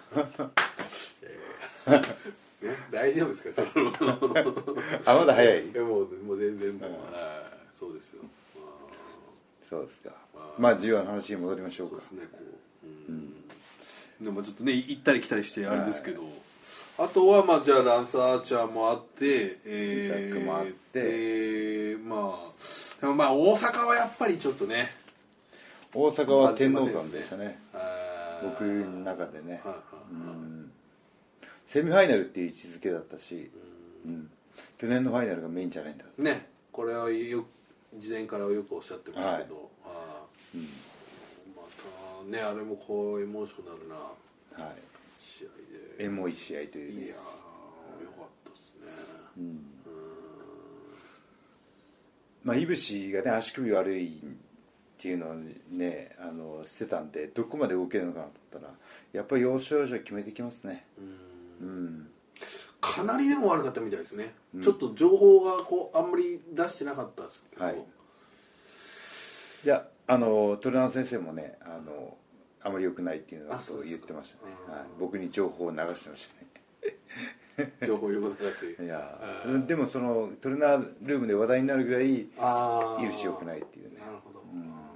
B: ね、大丈夫ですかその
A: あまだ早い
B: もうもう全然もう、うん、そうですよ
A: そうですかまあジーワンの話に戻りましょうか
B: そうですねこう、うんうん、でもちょっとね行ったり来たりしてあれですけど、 あとはまあじゃあランス・アーチャーもあって、
A: えー、イサックもあって、
B: えー、まあでもまあ大阪はやっぱりちょっとね、
A: 大阪は天王山でしたね、僕の中でね、うん、セミファイナルっていう位置づけだったし、うんうん、去年のファイナルがメインじゃないんだ
B: ね。これはよ事前からよくおっしゃってましたけど、はい、あ、うん、またねあれもこうエモーショナルな、はい、試合で
A: エモい試合というね。
B: いやー、よかったですね。うん、うん、
A: まあいぶしがね足首悪いっていうのをねあのしてたんで、どこまで動けるのかなと思ったらやっぱり要所要所決めてきますね。うん、うん、
B: かなりでも悪かったみたいですね、うん、ちょっと情報がこうあんまり出してなかったですけど、はい、
A: いやあのトレーナー先生もねあのあまり良くないっていうのを言ってましたね、はい、僕に情報を流してましたね
B: 情報を流して
A: いやでもそのトレーナールームで話題になるぐらいいぶし良くないっていうね。
B: なるほど、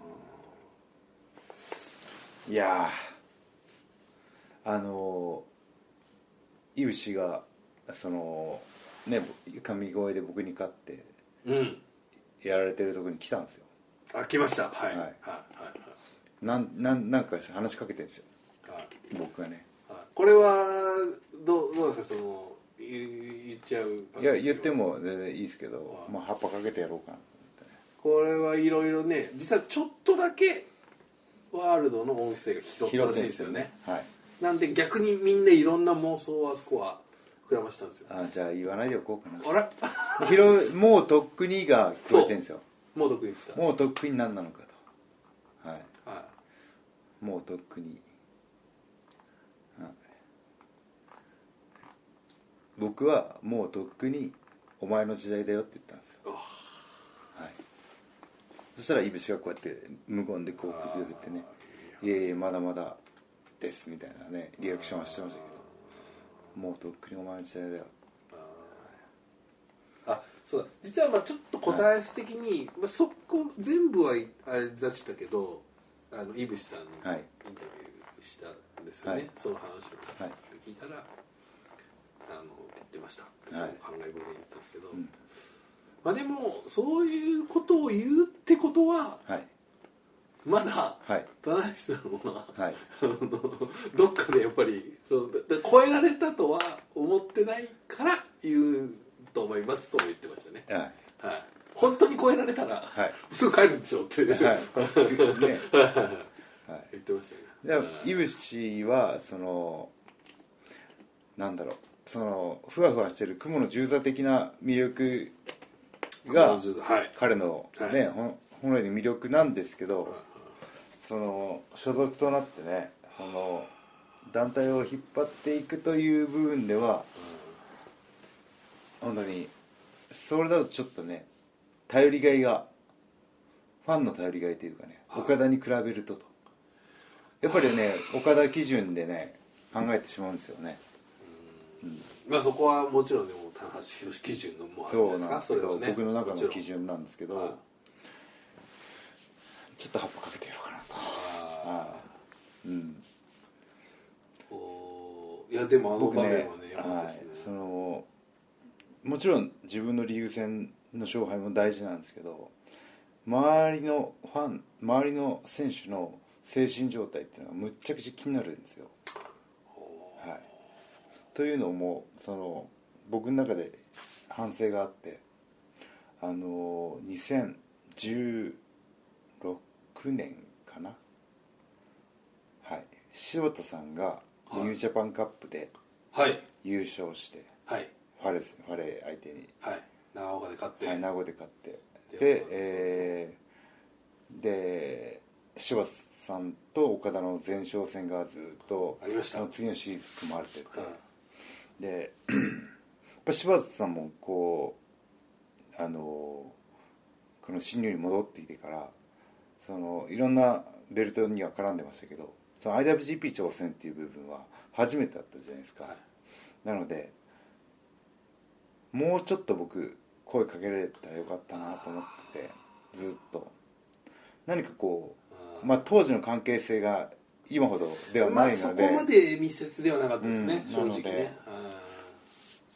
A: うん、いやあのいぶしがそのね神声で僕に勝って、うん、やられてるところに来たんですよ。
B: あ、来ました。はいはいはい、はい、
A: なんなんなんか話しかけてるんですよ、はい、僕がね、
B: はい、これはどうどうですか、その言っちゃう。
A: いや言っても全然いいですけど、はい、まあ葉っぱかけてやろうかなと
B: 思ってね。これはいろいろね、実はちょっとだけワールドの音声が拾ったらしいですよね。はい。なんで逆にみんないろんな妄想をあそこは膨らましたんですよ。
A: あ、じゃあ言わないでおこうかな。
B: あら
A: 拾もうとっくにが聞こえてるんですよ。
B: もうとっくに
A: もうとっくに何なのかと。はい。はい、もうとっくに。はい、僕はもうとっくにお前の時代だよって言ったんですよ。はい。そしたらいぶしがこうやって無言でこう首を振ってね、いやいやまだまだですみたいなねリアクションはしてましたけど、もうとっくにお前の時代だよ。
B: あ、そうだ、実はまあちょっと答え的に、はい、まあ、そこ全部はあれ出したけど、あのいぶしさんにインタビューしたんですよね、はい、その話を聞いたら、はい、あのって言ってました、はい、考えぶりに言ってたんですけど、うん、まあでもそういうことを言うってことは、はい、まだ、はい、田中さんは、はい、どっかでやっぱりそう超えられたとは思ってないから言うと思いますとも言ってましたね。はい、はい、本当に超えられたら、はい、すぐ帰るんでしょうって、はいね、はい、言ってましたね。
A: いぶしはそのなんだろう、そのふわふわしてる雲の十座的な魅力が彼のね、はい、本来の魅力なんですけど、はい、その所属となってね、その団体を引っ張っていくという部分では、うん、本当にそれだとちょっとね頼りがいがファンの頼りがいというかね、はい、岡田に比べるととやっぱりね岡田基準でね考えてしまうんですよね。
B: うん、うん、まあそこはもちろんでも高橋宏基準のもあるんですか。
A: そうなんですけど、それはね、僕の中の基準なんですけど、はい、ちょっと葉っぱかけてやろうかなと。ああ、うん。
B: お、いやでもあの場面はね、良かったですね。
A: そのもちろん自分のリーグ戦の勝敗も大事なんですけど、周りのファン、周りの選手の精神状態っていうのはむっちゃくちゃ気になるんですよ。はい。というのもその僕の中で反省があって、あのにせんじゅうろくねんかな、はい、柴田さんがニュージャパンカップで優勝して、はい、ファレスファレ相手に、
B: はい、長岡で勝って、
A: はい、長岡で勝ってで、えー、で柴田さんと岡田の前哨戦がずっと
B: ありました。
A: あの次のシリーズ組まれてて、はい、でやっぱ柴田さんもこうあのこの新入に戻ってきてからそのいろんなベルトには絡んでましたけど、その アイダブリュージーピー 挑戦っていう部分は初めてだったじゃないですか、はい、なのでもうちょっと僕声かけられたらよかったなと思ってて、ずっと何かこう、まあ、当時の関係性が今ほどではないので、
B: まあ、そこまで密接ではなかったですね、うん、正直ね。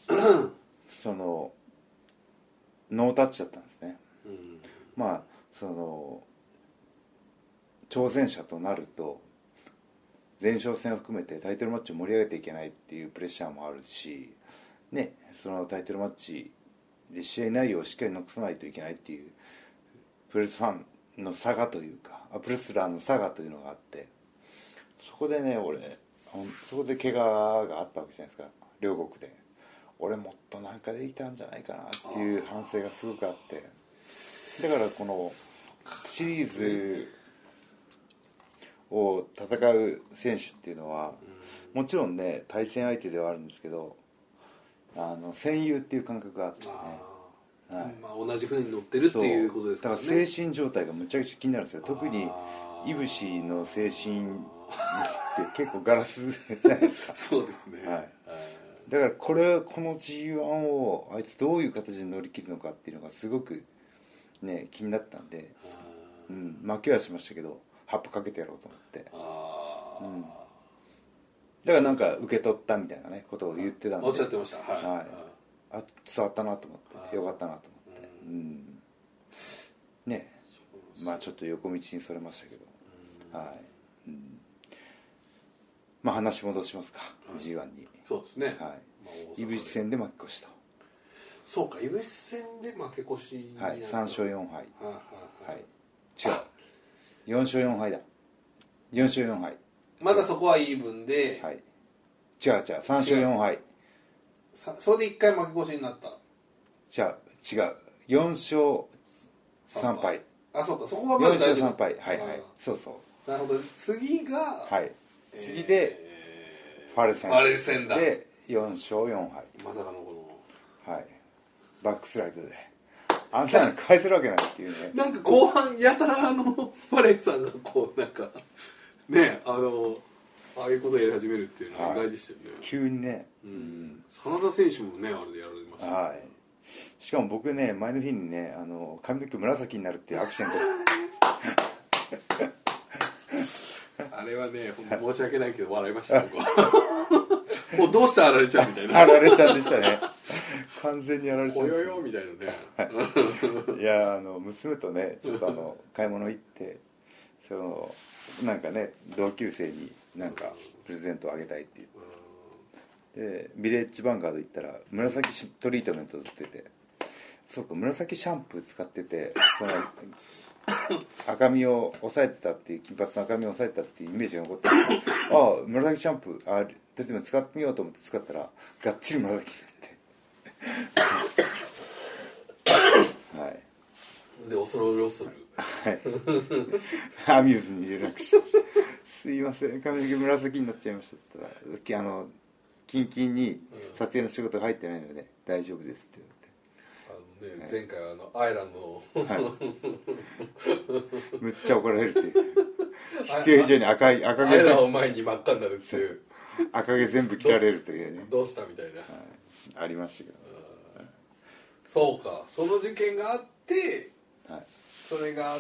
A: そのノータッチだったんですね、
B: うん、
A: まあその挑戦者となると前哨戦を含めてタイトルマッチを盛り上げていけないっていうプレッシャーもあるし、ね、そのタイトルマッチで試合内容をしっかり残さないといけないっていうプロレスファンの差がというかプロレスラーの差がというのがあって、そこでね俺そこで怪我があったわけじゃないですか、両国で。俺もっとなんかできたんじゃないかなっていう反省がすごくあって、だからこのシリーズを戦う選手っていうのはもちろんね対戦相手ではあるんですけど、あの戦友っていう感覚があってね、
B: はい、まあ、同じ船に乗ってるっていうことですからね。
A: だから精神状態がむちゃくちゃ気になるんですよ。特にいぶしの精神って結構ガラスじゃないですか
B: そうですね、
A: はい、だからこれこの ジーワン をあいつどういう形で乗り切るのかっていうのがすごくね気になったんで、うん、負けはしましたけどハッパかけてやろうと思って、
B: あ、
A: うん、だからなんか受け取ったみたいなねことを言ってたんで、
B: おっしゃってました、はい、はい、
A: あ伝わったなと思ってよかったなと思って、うん、ねまあちょっと横道にそれましたけど、うん、はい、うん、まあ話戻しますか、うん、ジーワン に。そうですね、はい、まあ、いぶし戦で負け越しと。
B: そうか、いぶし戦で負け越しに、
A: はい、さん勝よん敗、
B: はいはいはい、
A: 違うよん勝よん敗だ、よん勝よん敗、
B: まだそこはイーブンで、
A: はい、違う違うさん勝よん敗、
B: さそれでいっかい負け越しになった。
A: じゃあ違うよん勝さん敗、
B: あ、そうか、そこはまだ大丈夫。
A: よん勝さん敗、はいはい、そうそう、
B: なるほど。次が、
A: はい、次で、えー、ファレ戦、
B: ファレ戦だ
A: でよん勝よん敗、
B: まさかのこ
A: の、はい、バックスライドであんなの返せるわけないっていうね
B: なんか後半やたらあのファレさんがこうなんかね、あのああいうことをやり始めるっていうのは意外でしたよね、はい、
A: 急にね、
B: うん、真田選手もねあれでやられましたね、
A: はい、しかも僕ね前の日にねあの髪の毛紫になるっていうアクシデント
B: あれはね本当申し訳ないけど笑いました僕はもうどうしてあられちゃうみたいな
A: あられちゃんでしたね完全にやられちゃうんですよ
B: ほよよみたいな
A: ねいやあの娘とねちょっとあの買い物行ってそのなんかね同級生になんかプレゼントをあげたいって言って、でビレッジヴァンガード行ったら紫トリートメント売ってて、そうか紫シャンプー使っててその赤みを抑えてたっていう金髪の赤みを抑えてたっていうイメージが残ってああ紫シャンプーあ例えば使ってみようと思って使ったらがっちり紫になってはい
B: で恐る恐る
A: はいアミューズに連絡してすいません髪の毛紫になっちゃいましたって言ったらあのキンキンに撮影の仕事が入ってないので大丈夫ですって言われて、
B: ね、前回あのアイランの、はい、
A: むっちゃ怒られるっていう必要以上に赤い赤毛
B: アイランを前に真っ赤になるっていう
A: 赤毛全部切られるというね
B: どうしたみたいな、はい、
A: ありましたけど、
B: そうかその事件があって、
A: はい、
B: それがあって、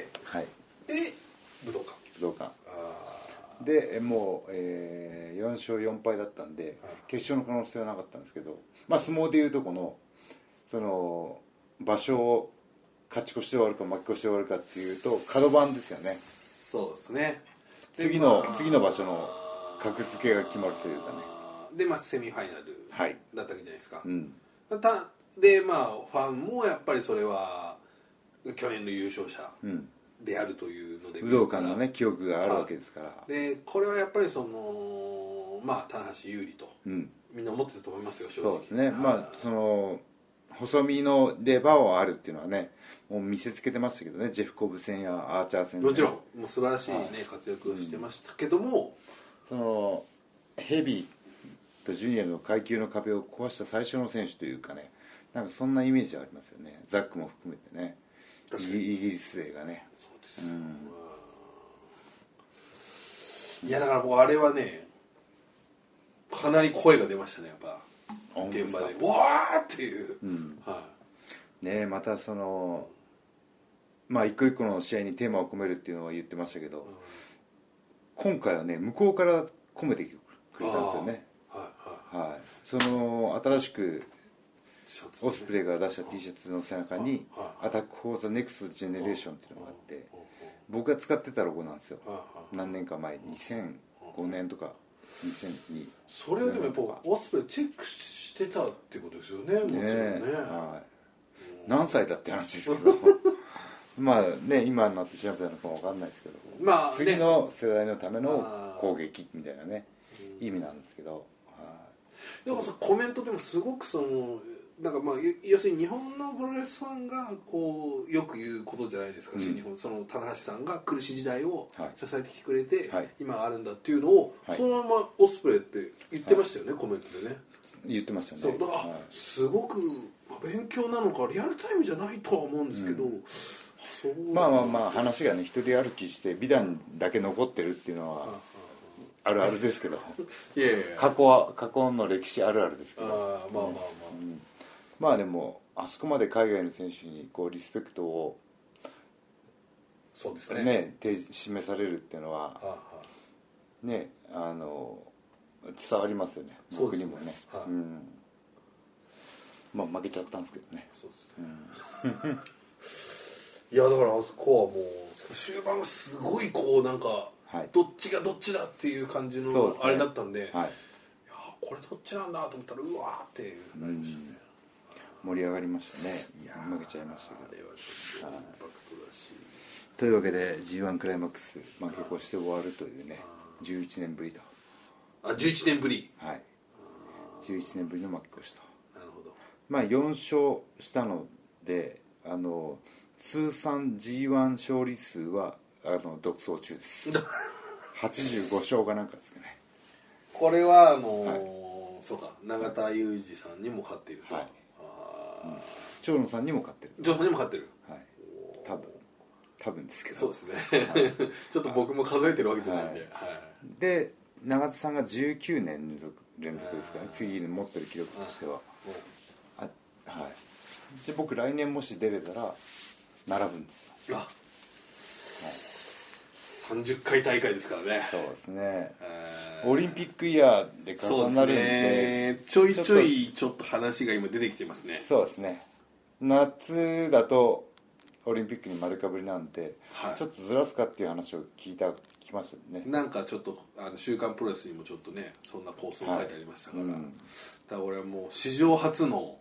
A: はい、
B: で武道館
A: 武道館でもう、えー、よん勝よん敗だったんで決勝の可能性はなかったんですけど、まあ、相撲でいうとこのその場所を勝ち越して終わるか負け越して終わるかっていうと角番ですよね。
B: そうですね。
A: 次の次の場所の格付けが決まるというかね。
B: でまあセミファイナルだったわけじゃないですか、はい、うん、たでまあファンもやっぱりそれは去年の優勝者であるというので、
A: うん、武道館のね記憶があるわけですから、
B: でこれはやっぱりそのまあ棚橋有利と、うん、みんな思ってたと思いますよ正直。
A: そうですね、はい、まあその細身のでパワーあるっていうのはねもう見せつけてましたけどね、ジェフコブ戦やアーチャー戦、ね、
B: もちろんもう素晴らしい、ね、はい、活躍をしてましたけども、
A: うん、そのヘビーとジュニアの階級の壁を壊した最初の選手というかね、なんかそんなイメージありますよね。ザックも含めてね、イギリス勢がね。
B: そうです、うん、いやだからもうあれはねかなり声が出ましたねやっぱ現場でわーっていう、うん、はい、
A: ね、またそのまあ一個一個の試合にテーマを込めるっていうのは言ってましたけど、うん、今回はね向こうから込めてくれたんですよね。
B: はいはいはい、
A: その新しくオスプレイが出した T シャツの背中に「アタック・フォー・ザ・ネクスト・ジェネレーション」っていうのがあって、僕が使ってたロゴなんですよ。何年か前にせんごねんとかにせんに。
B: それはでもやっぱオスプレイチェックしてたっていうことですよね、もちろんね。はい、
A: 何歳だって話ですけどまあね、今になって調べたのかも分かんないですけど、まあね、次の世代のための攻撃みたいなね意味なんですけど、
B: はい、でもさコメントでもすごくそのなんかまあ要するに日本のプロレスファンがこうよく言うことじゃないですか、うん、日本その棚橋さんが苦しい時代を支えてきてくれて、はい、今があるんだっていうのを、はい、そのままオスプレイって言ってましたよね、はい、コメントでね
A: 言ってましたね。
B: そうだから、はい、すごく勉強なのかリアルタイムじゃないとは思うんですけど、うん、
A: そうまあまあまあ話がね一人歩きして美談だけ残ってるっていうのはあるあるですけどいやいや過去は過去の歴史あるあるですけど、あまあまあまあ、うん、まあでもあそこまで海外の選手にこうリスペクトを
B: そうですね、
A: ね示されるっていうのはねあの伝わりますよね、僕にもね。はい、うん、まあ負けちゃったんですけどね。そう
B: ですね、うん、いやだからあそこはもう終盤がすごいこうなんか、はい、どっちがどっちだっていう感じのあれだったんで、はい、いやこれどっちなんだと思ったらうわーっていうなりましたね、
A: うん、盛り上がりましたね。いや負けちゃいましたけど、
B: あれはちょっとインパクトだし、
A: というわけで ジーワン クライマックス負け越して終わるというね、じゅういちねんぶりと。
B: あ、じゅういちねんぶり。
A: はい。じゅういちねんぶりの負け越しと。
B: なるほど。
A: まあよん勝したので、あの通算 ジーワン 勝利数はあの独走中です。はちじゅうご勝かなんかですかね。
B: これはあのーはい、そうか永田裕二さんにも勝っていると。はい。
A: あ、うん、長野さんにも勝ってる。
B: 長野さんにも勝ってる。
A: はい。多分多分ですけど。
B: そうですね。はい、ちょっと僕も数えてるわけじゃないんで。はい。はい、
A: で。永田さんがじゅうきゅうねん連続連続ですからね、次に持ってる記録としては。あ、はい。じゃあ僕来年もし出れたら並ぶんですよ。あ、はい、
B: さんじゅっかい大会ですからね。
A: そうですね。オリンピックイヤーで重なるんで、
B: ね、ちょいちょいちょっと話が今出てきてますね。
A: そうですね。夏だとオリンピックに丸かぶりなんで、はい、ちょっとずらすかっていう話を聞いた聞きましたね。
B: なんかちょっとあの週刊プロレスにもちょっとねそんな構想書いてありましたから、はい、うん、だから俺はもう史上初の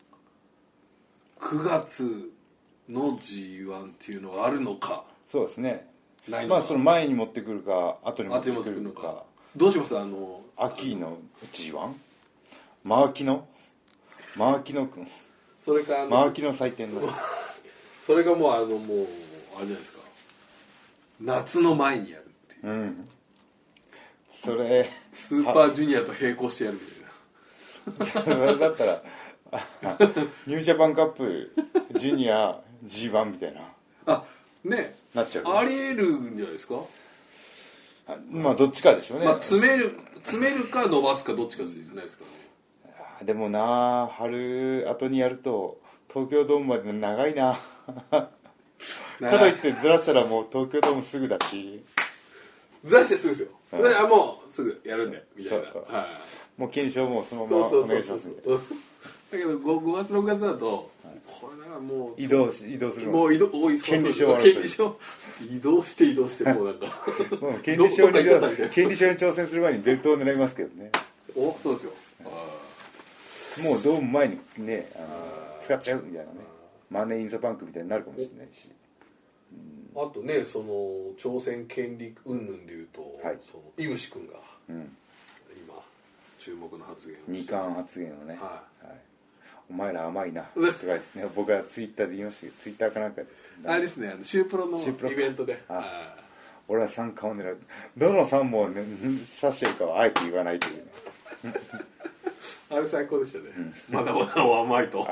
B: くがつの ジーワン っていうのがあるのか。
A: そうですね。ないのか、まあその前に持ってくるか後に持ってくるのか。
B: どうします？あの
A: 秋の ジーワン？ マーキノマーキノ君、
B: それか
A: マーキノ祭典の
B: それがもうあのもうあれじゃないですか、夏の前にやるっていう、うん、
A: それ
B: スーパージュニアと並行してやるみたいな
A: だったらニュージャパンカップジュニア ジーワン みたいな
B: あね
A: なっちゃう、
B: ありえるんじゃないですか。
A: まあどっちかでしょうね、
B: まあ、詰める詰めるか伸ばすかどっちかじゃないですかね。
A: でもな春後にやると東京ドームまで長いなかといってずらしたらもう東京ドームすぐだし、
B: ずらしてすぐですよ、はい、あもうすぐやるんでみたいな、はい、
A: もう検証もそのままお願いしますみたいな。
B: だけど ご, ごがつろくがつだと、はい、これなんかもう
A: 移動し移動する
B: もう移動多い
A: 権利書
B: 権利書移動して移動してもうなんか
A: もう権利書に権利書に挑戦する前にベルトを狙いますけどね。
B: おそうですよ、
A: もうドーム前にねあの使っちゃうみたいなね、マネーインザバンクみたいになるかもしれないし、
B: うん、あとねその挑戦権利云々でいうと、はい、その井伏君が、うん、今注目の発言を
A: 二冠発言をね、はいはい、お前ら甘いなとか言って、ね、僕はツイッターで言いましたけど、ツイッターかなんかで
B: あれですね、あのシュープロのイベントで、
A: ああ俺は三冠を狙う、どの三本を、ね、指してるかはあえて言わないというね
B: あれ最高でしたね、うん、まだまだお甘いと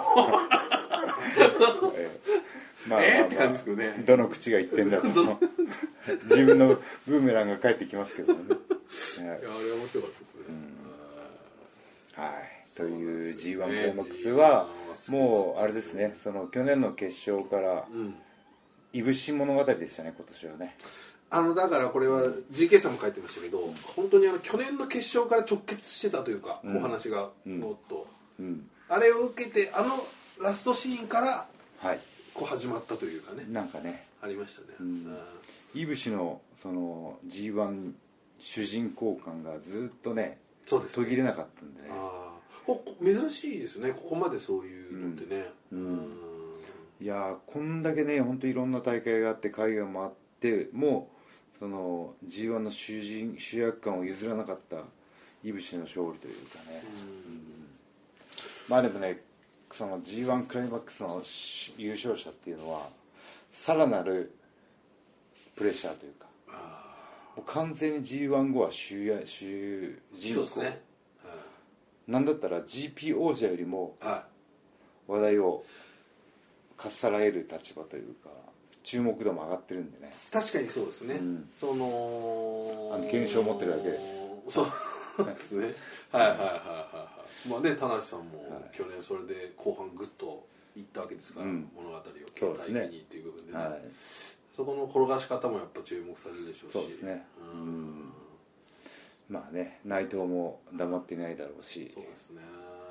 A: えー、まあまあまあ、
B: えー、って感じですけどね、
A: どの口が言ってんだと自分のブーメランが返ってきますけどね
B: いやあれ面白かったですね、
A: うん、はいという ジーワン クライマックスはもうあれですね、その去年の決勝から、うん、いぶし物語でしたね今年はね。
B: あのだからこれは ジーケー さんも書いてましたけど、うん、本当にあの去年の決勝から直結してたというか、うん、お話がもっと、うん、あれを受けてあのラストシーンから、はい、こう始まったというかね、
A: なんかね
B: ありましたね、うん、
A: いぶしのその ジーワン 主人公感がずっとね、そうですね、途切れなかったんでね。あ
B: 珍しいですね、ここまでそういうのってね、うんうん、
A: いやこんだけね本当いろんな大会があって海外もあってもうその ジーワン の主人主役感を譲らなかったいぶしの勝利というかね、うんうん、まあでもねその ジーワン クライマックスの優勝者っていうのはさらなるプレッシャーというか、もう完全に ジーワン 後は主や主人公、そうですね、なんだったら ジーピー 王者よりも話題をかっさらえる立場というか注目度も上がってるんでね。
B: 確かにそうですね、うん、その
A: あの現象を持ってるだけで
B: そうですねはいはいはいはいまあね田無さんも去年それで後半グッといったわけですから、うん、物語を体験にっていう部分でね、はい、そこの転がし方もやっぱ注目されるでしょうし、
A: そうですね、うん、まあね内藤も黙っていないだろうし、
B: そうですね、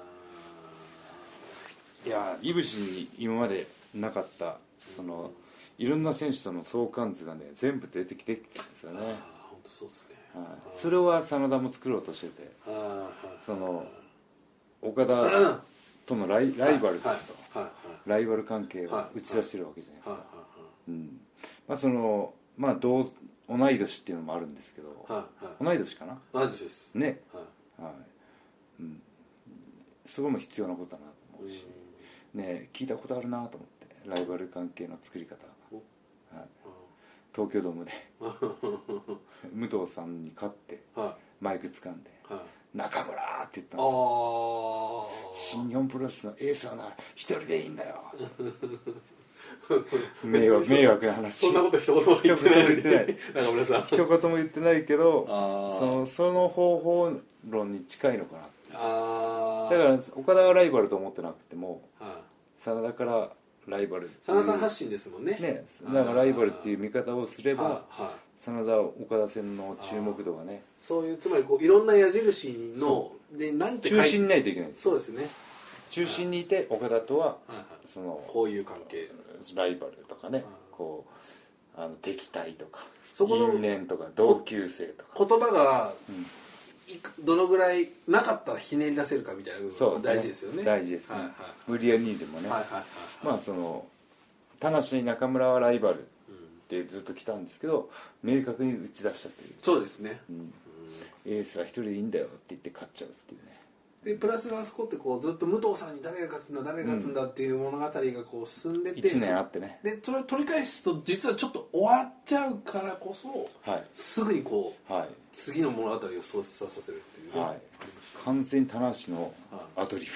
A: いやいぶしに今までなかったそのいろんな選手との相関図がね全部出てきてるんですよね。
B: あ本当そうですね、
A: はい、それは真田も作ろうとしてて、その岡田とのライ、ライバルですと、ライバル関係を打ち出してるわけじゃないですか、うん、まあそのまあ同同い年っていうのもあるんですけど、同い年かな、
B: 同い年です
A: ね、はい、うん、それも必要なことだなと思うし、ね、聞いたことあるなと思ってライバル関係の作り方、はい、東京ドームで武藤さんに勝ってマイク掴んで中村って言ったんですよ。新日本プロレスのエースはな一人でいいんだよ迷惑迷惑な話。
B: そんなこと一言も言ってない。中村さん
A: 一言も言ってないけどその、その方法論に近いのかな。あだから岡田はライバルと思ってなくても、はあ、真田からライバル
B: 真田さん発信ですもんね。
A: ねだからライバルっていう見方をすれば、はあはあ、真田岡田戦の注目度がね、
B: そういうつまりこういろんな矢印のでなんて
A: 中心にないといけないんです。
B: そうですね。
A: 中心にいて岡田とは、はあ、その
B: こういう関係
A: ライバルとかね、はあ、こうあの敵対とか因縁とか同級生とか
B: 言葉が、うんどのぐらいなかったらひねり出せるかみたいな部分が大事ですよね。
A: 大事ですね、はいはいはい、無理やりにでもね、はいはいはいはい、まあその田無中村はライバルってずっと来たんですけど明確に打ち出したという。
B: そうですね、うん、
A: エースは一人でいいんだよって言って勝っちゃうっていうね。
B: でプラスがあそこってこうずっと武藤さんに誰が勝つんだ誰が勝つんだっていう物語がこう進んでて、うん、いちねんあってねでそれを取り返すと実はちょっと終わっちゃうからこそ、はい、すぐにこう、はい、次の物語を創出させるっていうね、はい、
A: 完全に田無のアドリ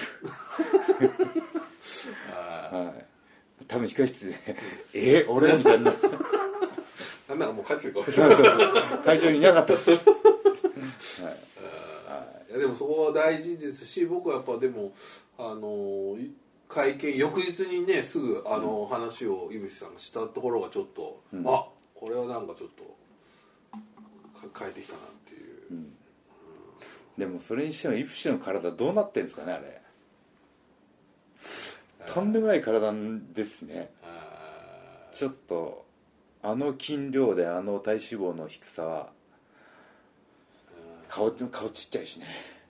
A: ブはい、多分控室で「え俺?」みたいな
B: なんならもう帰ってるかも
A: しれないそうそうそう会場にいなかったはい
B: いやでもそこは大事ですし僕はやっぱでもあの会見翌日にねすぐあの、うん、話を井口さんがしたところがちょっと、うん、あこれはなんかちょっと変えてきたなっていう、うんうん、
A: でもそれにしても井口の体どうなってんですかねあれとんでもない体ですね。ちょっとあの筋量であの体脂肪の低さは顔、顔ちっちゃいしね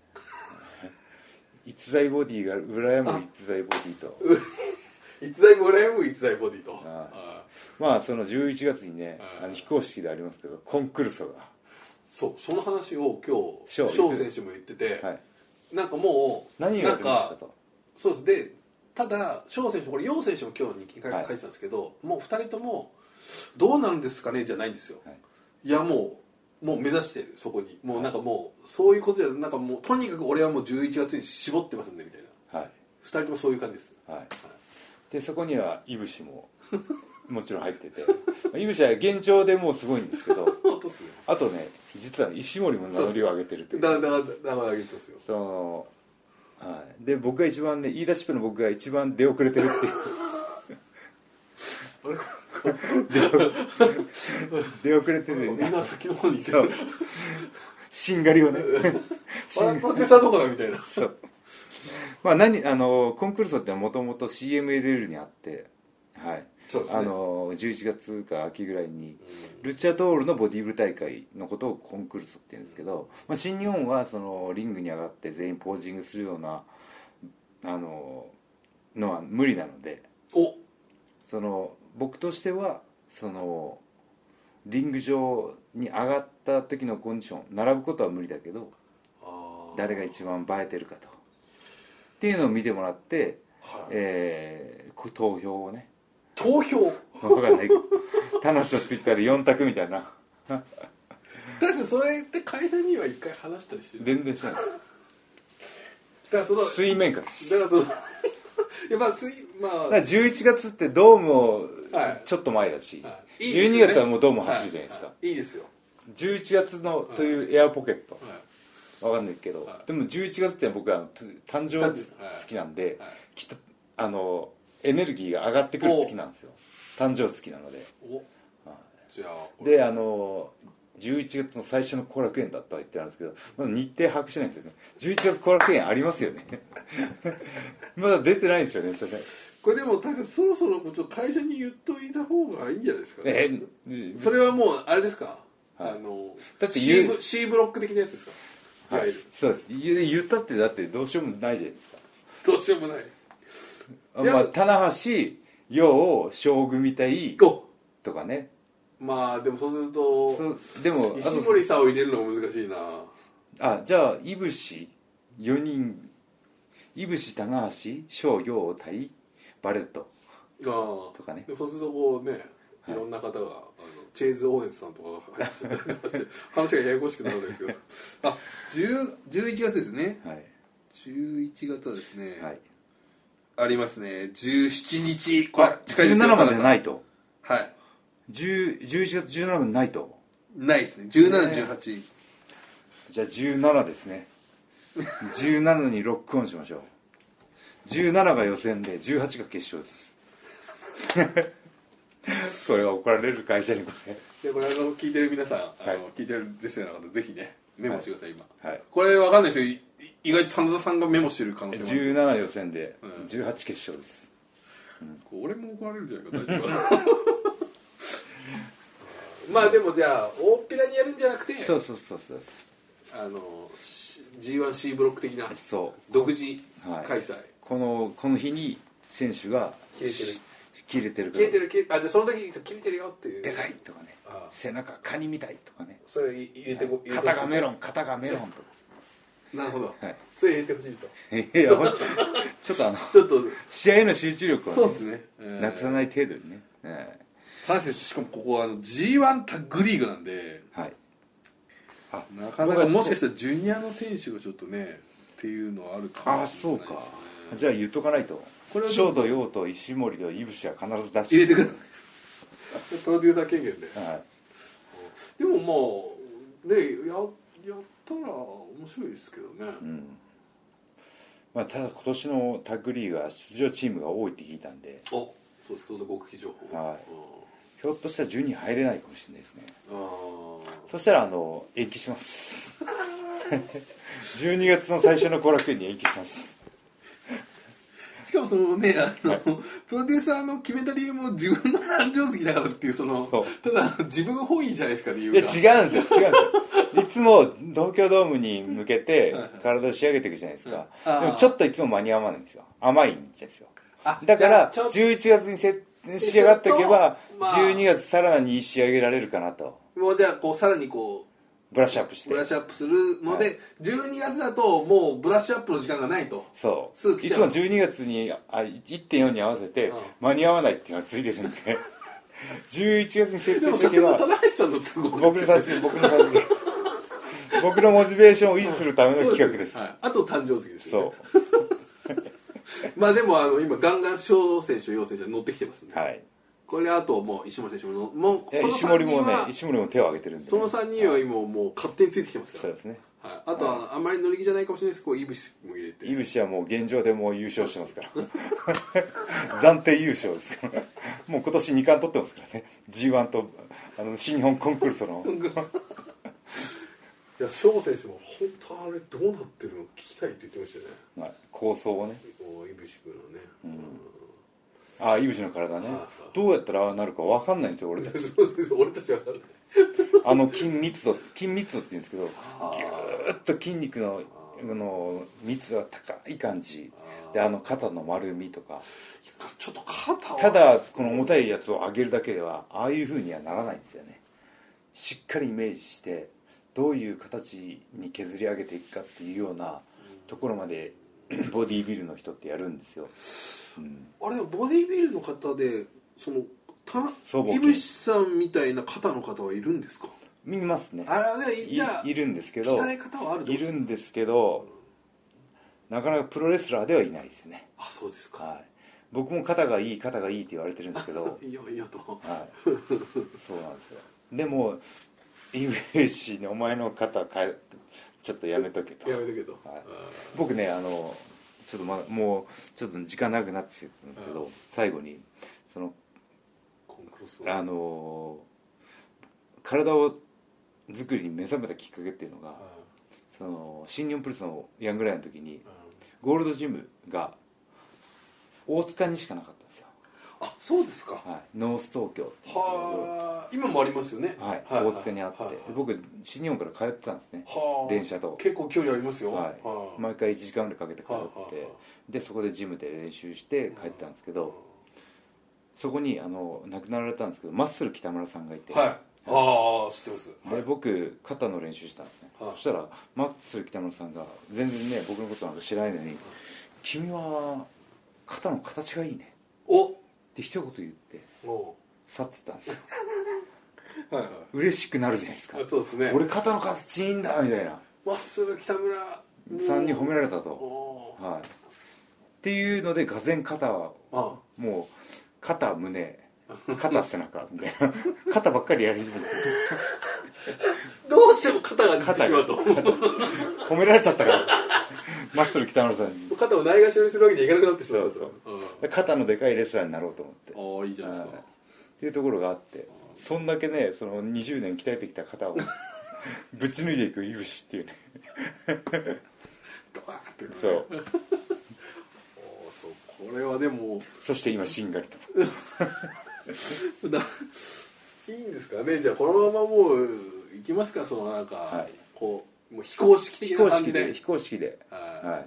A: 逸材ボディが羨む逸材ボディと
B: 逸材も羨む逸材ボディとあ
A: あまあそのじゅういちがつにねあの非公式でありますけどコンクルソが
B: そうその話を今日翔選手も言ってて、はい、なんかもう
A: 何をやってますかと。
B: そうですでただ翔選手これ楊選手も今日に書いてたんですけど、はい、もうふたりともどうなんですかねじゃないんですよ、はい、いやもうもう目指してるそこにもうなんかもうそういうことじゃなんかもうとにかく俺はもうじゅういちがつに絞ってますんでみたいな、はい、ふたりともそういう感じです、はいはい、
A: でそこには井伏ももちろん入ってて井伏は現状でもうすごいんですけどあとね実は石森も名乗りを上げてるっていう
B: だからだから名乗り上げてますよ
A: そのはい、で僕が一番ね言い出しっぺの僕が一番出遅れてるっていう出遅れてるよ
B: みんな先の方に行ってる
A: しんがりをね
B: プロデューサーどこだみたいな。
A: そうまあ何あのコンクルーソってもともと シーエムエルエル にあって、はい
B: そうですね、
A: あのじゅういちがつか秋ぐらいにルッチャトールのボディーブル大会のことをコンクルーソって言うんですけど、まあ、新日本はそのリングに上がって全員ポージングするようなあののは無理なので、
B: お
A: その僕としてはそのリング上に上がった時のコンディション並ぶことは無理だけど誰が一番映えてるかとっていうのを見てもらって、はい、えー、投票をね
B: 投票
A: 分かんない田無のツイッターでよん択みたいな
B: だってそれって会社には一回話したりしてる？
A: 全然しないです。
B: だからその
A: 水面下です。
B: だからそのいやまあ水まあだ
A: からじゅういちがつってドームをちょっと前だし、はい、いいじゅうにがつはもうドーム走るじゃないですか、
B: はいはい、いいですよ。
A: じゅういちがつのというエアポケット、はい分かんないけど、はい、でもじゅういちがつって僕は誕生月なんで、はいはい、きっとあのエネルギーが上がってくる月なんですよ。誕生月なので。お、はい、じゃあであのじゅういちがつの最初の後楽園だとは言ってるんですけど、まだ日程把握してないんですよね。じゅういちがつ後楽園ありますよねまだ出てないんですよね。それ
B: これでも多分そろそろちょっと会社に言っといた方がいいんじゃないですか、ね、
A: え
B: それはもうあれですか、はい、あのだって C ブ、C ブロック的なやつですか？
A: はい、そうです。言ったってだってどうしようもないじゃないですか。
B: どうしようもない。
A: まあ棚橋陽将組対とかね。
B: まあでもそうすると
A: そうでも
B: 石森さんを入れるのが難しいな。
A: あじゃあいぶしよにんいぶし棚橋翔陽対バレットとかね。
B: でもそうするとこうねいろんな方が、はい、あのチェーズ・オーエンスさんとかが入って話がややこしくなるんですけどあじゅういちがつですね、はい、じゅういちがつはですね、はい、ありますねじゅうしちにちこれ
A: じゅうななまでないと。
B: はい
A: じゅう、じゅういちがつじゅうしちまでないと。
B: ないですねじゅうなな、じゅうはち、
A: じゃあじゅうななですねじゅうななにロックオンしましょう。じゅうななが予選でじゅうはちが決勝ですそれは怒られる会社にこれ
B: でこれあの聞いてる皆さん、はい、あの聞いてるレスラーの方ぜひねメモしてください、はい、今、はい、これ分かんないですよ。意外と真田さんがメモしてる可能性もある。
A: じゅうなな予選でじゅうはち決勝です、
B: うん、俺も怒られるんじゃないか大丈夫まあでもじゃあ大っぴらにやるんじゃなくて
A: そうそうそうそう
B: あの ジーワンシー ブロック的な独自開催、はい、
A: このこの日に選手が
B: 切れてる
A: 切れてる
B: 切れてる切れあじゃあその時に切れてるよっていう
A: でかいとかね背中カニみたいとかね
B: それ入れてこ
A: 肩がメロン肩がメロンとか
B: なるほど、はい、それ入れてほしいと
A: いやちょっとあの
B: ちょっと
A: 試合への集中力を、ね、
B: そうですね、
A: えー、なくさない程度にね、えー
B: 田中選手しかもここはあの ジーワン タッグリーグなんで、はい、あなかなかもしかしたらジュニアの選手がちょっとねっていうのはあるかもしれないですね。
A: あそうかじゃあ言っとかないと翔と陽と石森と井伏は必ず出して
B: 入れてくださいプロデューサー権限で、はい、でもまあねや, やったら面白いですけどね、うん
A: まあ、ただ今年のタッグリーグは出場チームが多いって聞いたんで
B: おそうですその極秘情報、はい、
A: ひょっとしたらじゅうに入れないかもしれないですね。あそしたらあの延期しますじゅうにがつの最初の後楽園に延期します
B: しかもそのねあの、はい、プロデューサーの決めた理由も自分の誕生月だからっていうそのただ自分本位じゃないですか理由が。
A: いや違うんですよ違うんですよいつも東京ドームに向けて体を仕上げていくじゃないですか、はいはい、でもちょっといつも間に合わないんですよ。甘いんですよ。だからじゅういちがつにせ仕上がっておけば、まあ、じゅうにがつさらに仕上げられるかなと。
B: もうじゃあこうさらにこう
A: ブラッシュアップして
B: ブラッシュアップするので、はい、じゅうにがつだともうブラッシュアップの時間がないと。
A: そうすぐ来ちゃう。いつもじゅうにがつにあ いってんよん に合わせて間に合わないっていうのがついてるんでじゅういちがつに設定しておけば
B: でもそれは田中さんの都合
A: 僕の立ち僕の立ち僕のモチベーションを維持するための企画です、
B: はい、あと誕生月ですよねそうまあでもあの今ガンガン翔選手陽選手乗ってきてますんで、はい、これあともう石森選手ももう
A: その石森もね石森も手を挙げてるんで、ね、
B: そのさんにんは今もう勝手についてきてますから
A: そうですね、
B: はい、あとは、はい、あんまり乗り気じゃないかもしれないですけど井伏も入れて
A: 井伏はもう現状でもう優勝してますから暫定優勝ですからもう今年にかん取ってますからね。 ジーワン とあの新日本コンクルーソの
B: いや翔選手も本当あれどうなってるのか聞きたいって言ってましたよね、
A: まあ、構想をね、
B: いぶし君のね、
A: うんうん、ああいぶしの体ね、どうやったらああなるか分かんないんですよ俺たち
B: 俺たち分かんない
A: あの筋密度筋密度って言うんですけど、ギューッと筋肉のの密度が高い感じで、あの肩の丸みとか、
B: ちょっと肩は
A: ただこの重たいやつを上げるだけではああいう風にはならないんですよね。しっかりイメージしてどういう形に削り上げていくかっていうようなところまでボディービルの人ってやるんですよ、うん、
B: あれはボディービルの方でその井渕さんみたいな肩の方はいるんですか？
A: 見ますね。
B: あれいじゃあ
A: いるんですけど、
B: 鍛え方はある
A: いるんですけど、うん、なかなかプロレスラーではいないですね。
B: あ、そうですか。
A: はい、僕も肩がいい肩がいいって言われてるんですけど
B: いやいやと、
A: はい、そうなんですよ。でも井渕にお前の肩かえちょっとやめとけと
B: やめとけと、
A: はい、僕ねあのちょっと、ま、もうちょっと時間なくなってきてるんですけど、最後にそのあの体を作りに目覚めたきっかけっていうのが、その新日本プロレスのヤングライオンの時にゴールドジムが大塚にしかなかったんですよ。
B: あ、そうですか。
A: はい、ノース東京っていう
B: は今もありますよね。
A: はい、はい、大塚にあって、はい、僕新日本から通ってたんですね、電車と。
B: 結構距離ありますよ。
A: はい、は毎回いちじかんぐらいかけて通って、でそこでジムで練習して帰ってたんですけど、そこにあの亡くなられたんですけどマッスル北村さんがいて、
B: はい、ああ知ってます。
A: で、はい、僕肩の練習したんですね、はい、そしたらマッスル北村さんが全然ね僕のことなんか知らないのに「君は肩の形がいいね」
B: お
A: って一言言って去ってったんですよ
B: はい、はい、
A: 嬉しくなるじゃないですか。
B: そうですね。
A: 俺肩の形いいんだみたいな、
B: マッスル北村
A: さんに褒められたと、はい、っていうのでがぜん肩はもう肩胸肩背中みたいな肩ばっかりやり始めて
B: どうしても肩が似てしまうと
A: 褒められちゃったからマッスル北村さんに
B: 肩をないがしろにするわけにはいかなくなってしまうと。
A: そうそう、うん、肩のでかいレスラーになろうと思って、
B: ああいいじゃないですか、
A: っていうところがあって、そんだけねそのにじゅうねん鍛えてきた肩をぶち抜いていく井渕っていうね
B: ドワーってね。
A: そう
B: そうこれはでも
A: そして今しんがりと
B: いいんですかね。じゃあこのままもういきますか。そのなんか、はい、こうもう非公式的な感じで
A: 非公式で、はい、はい、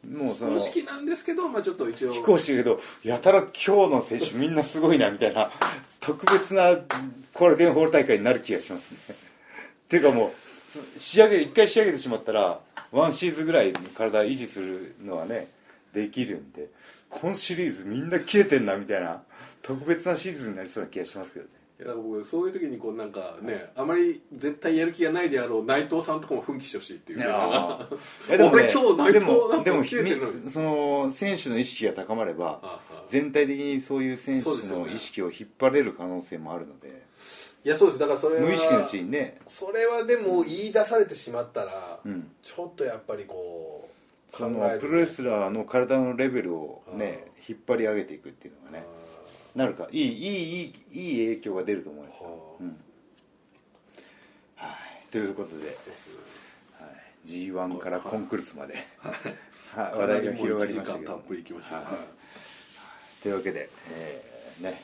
A: もうその
B: 非公式なんですけど、まあちょっと一応
A: 非公式だけどやたら今日の選手みんなすごいなみたいな特別なコラデンホール大会になる気がしますねっていうかもう仕上げ一回仕上げてしまったらワンシーズンぐらい体維持するのはねできるんで、今シリーズみんな切れてんなみたいな特別なシーズンになりそうな気がしますけどね。
B: いや僕そういう時にこうなんかね、あまり絶対やる気がないであろう内藤さんとかも奮起してほしいっていう。いや
A: でも、ね、
B: 俺今日内藤なん
A: か
B: 切れてるのに、
A: その選手の意識が高まれば全体的にそういう選手の意識を引っ張れる可能性もあるので。
B: いやそうです。だからそれは
A: 無意識のうちにね、
B: それはでも言い出されてしまったら、うん、ちょっとやっぱりこう
A: そのプロレスラーの体のレベルをね引っ張り上げていくっていうのがねなるかいいいいいいいい影響が出ると思いますよ、うん、はい、ということで、はい、ジーワン からコンクルールまで、はい、話題が広がりましたけど、
B: たっぷりいきました、はいはい、
A: というわけで、えー、ね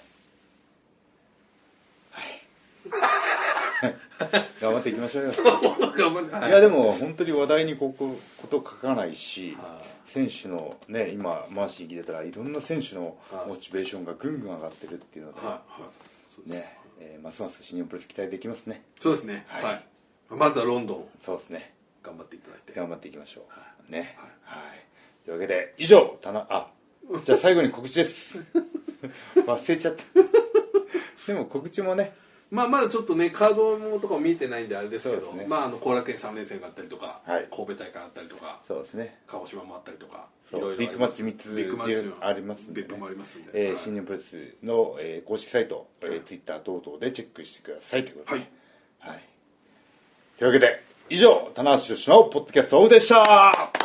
A: 頑張っていきましょうよいやでも本当に話題にこここと書かないし、選手のね今マーシー聞いてたらいろんな選手のモチベーションがぐんぐん上がってるっていうので、ね、えー、ますます新日本プロレス期待できますね。
B: そうですね、はいはい、まずはロンドン
A: そうですね
B: 頑張っていただいて
A: 頑張っていきましょう、はい、ね、はい、はい、というわけで以上たなあじゃあ最後に告知です忘れちゃったでも告知もね
B: まあまだちょっとねカードもとかも見えてないんであれですけど、ね、まああの後楽園さん連戦があったりとか、はい、神戸大会あったりとか、
A: そうですね、
B: 鹿児島もあったりとか、
A: いろいろビッグマッチみっつ
B: ビッグマッチ
A: ありますんで、ね、
B: 別府もありますんで、
A: えーはい、新日本プロレスの、えー、公式サイト、えー、ツイッター等々でチェックしてくださいということで、はいはい、というわけで以上棚橋宏のポッドキャストオフでした。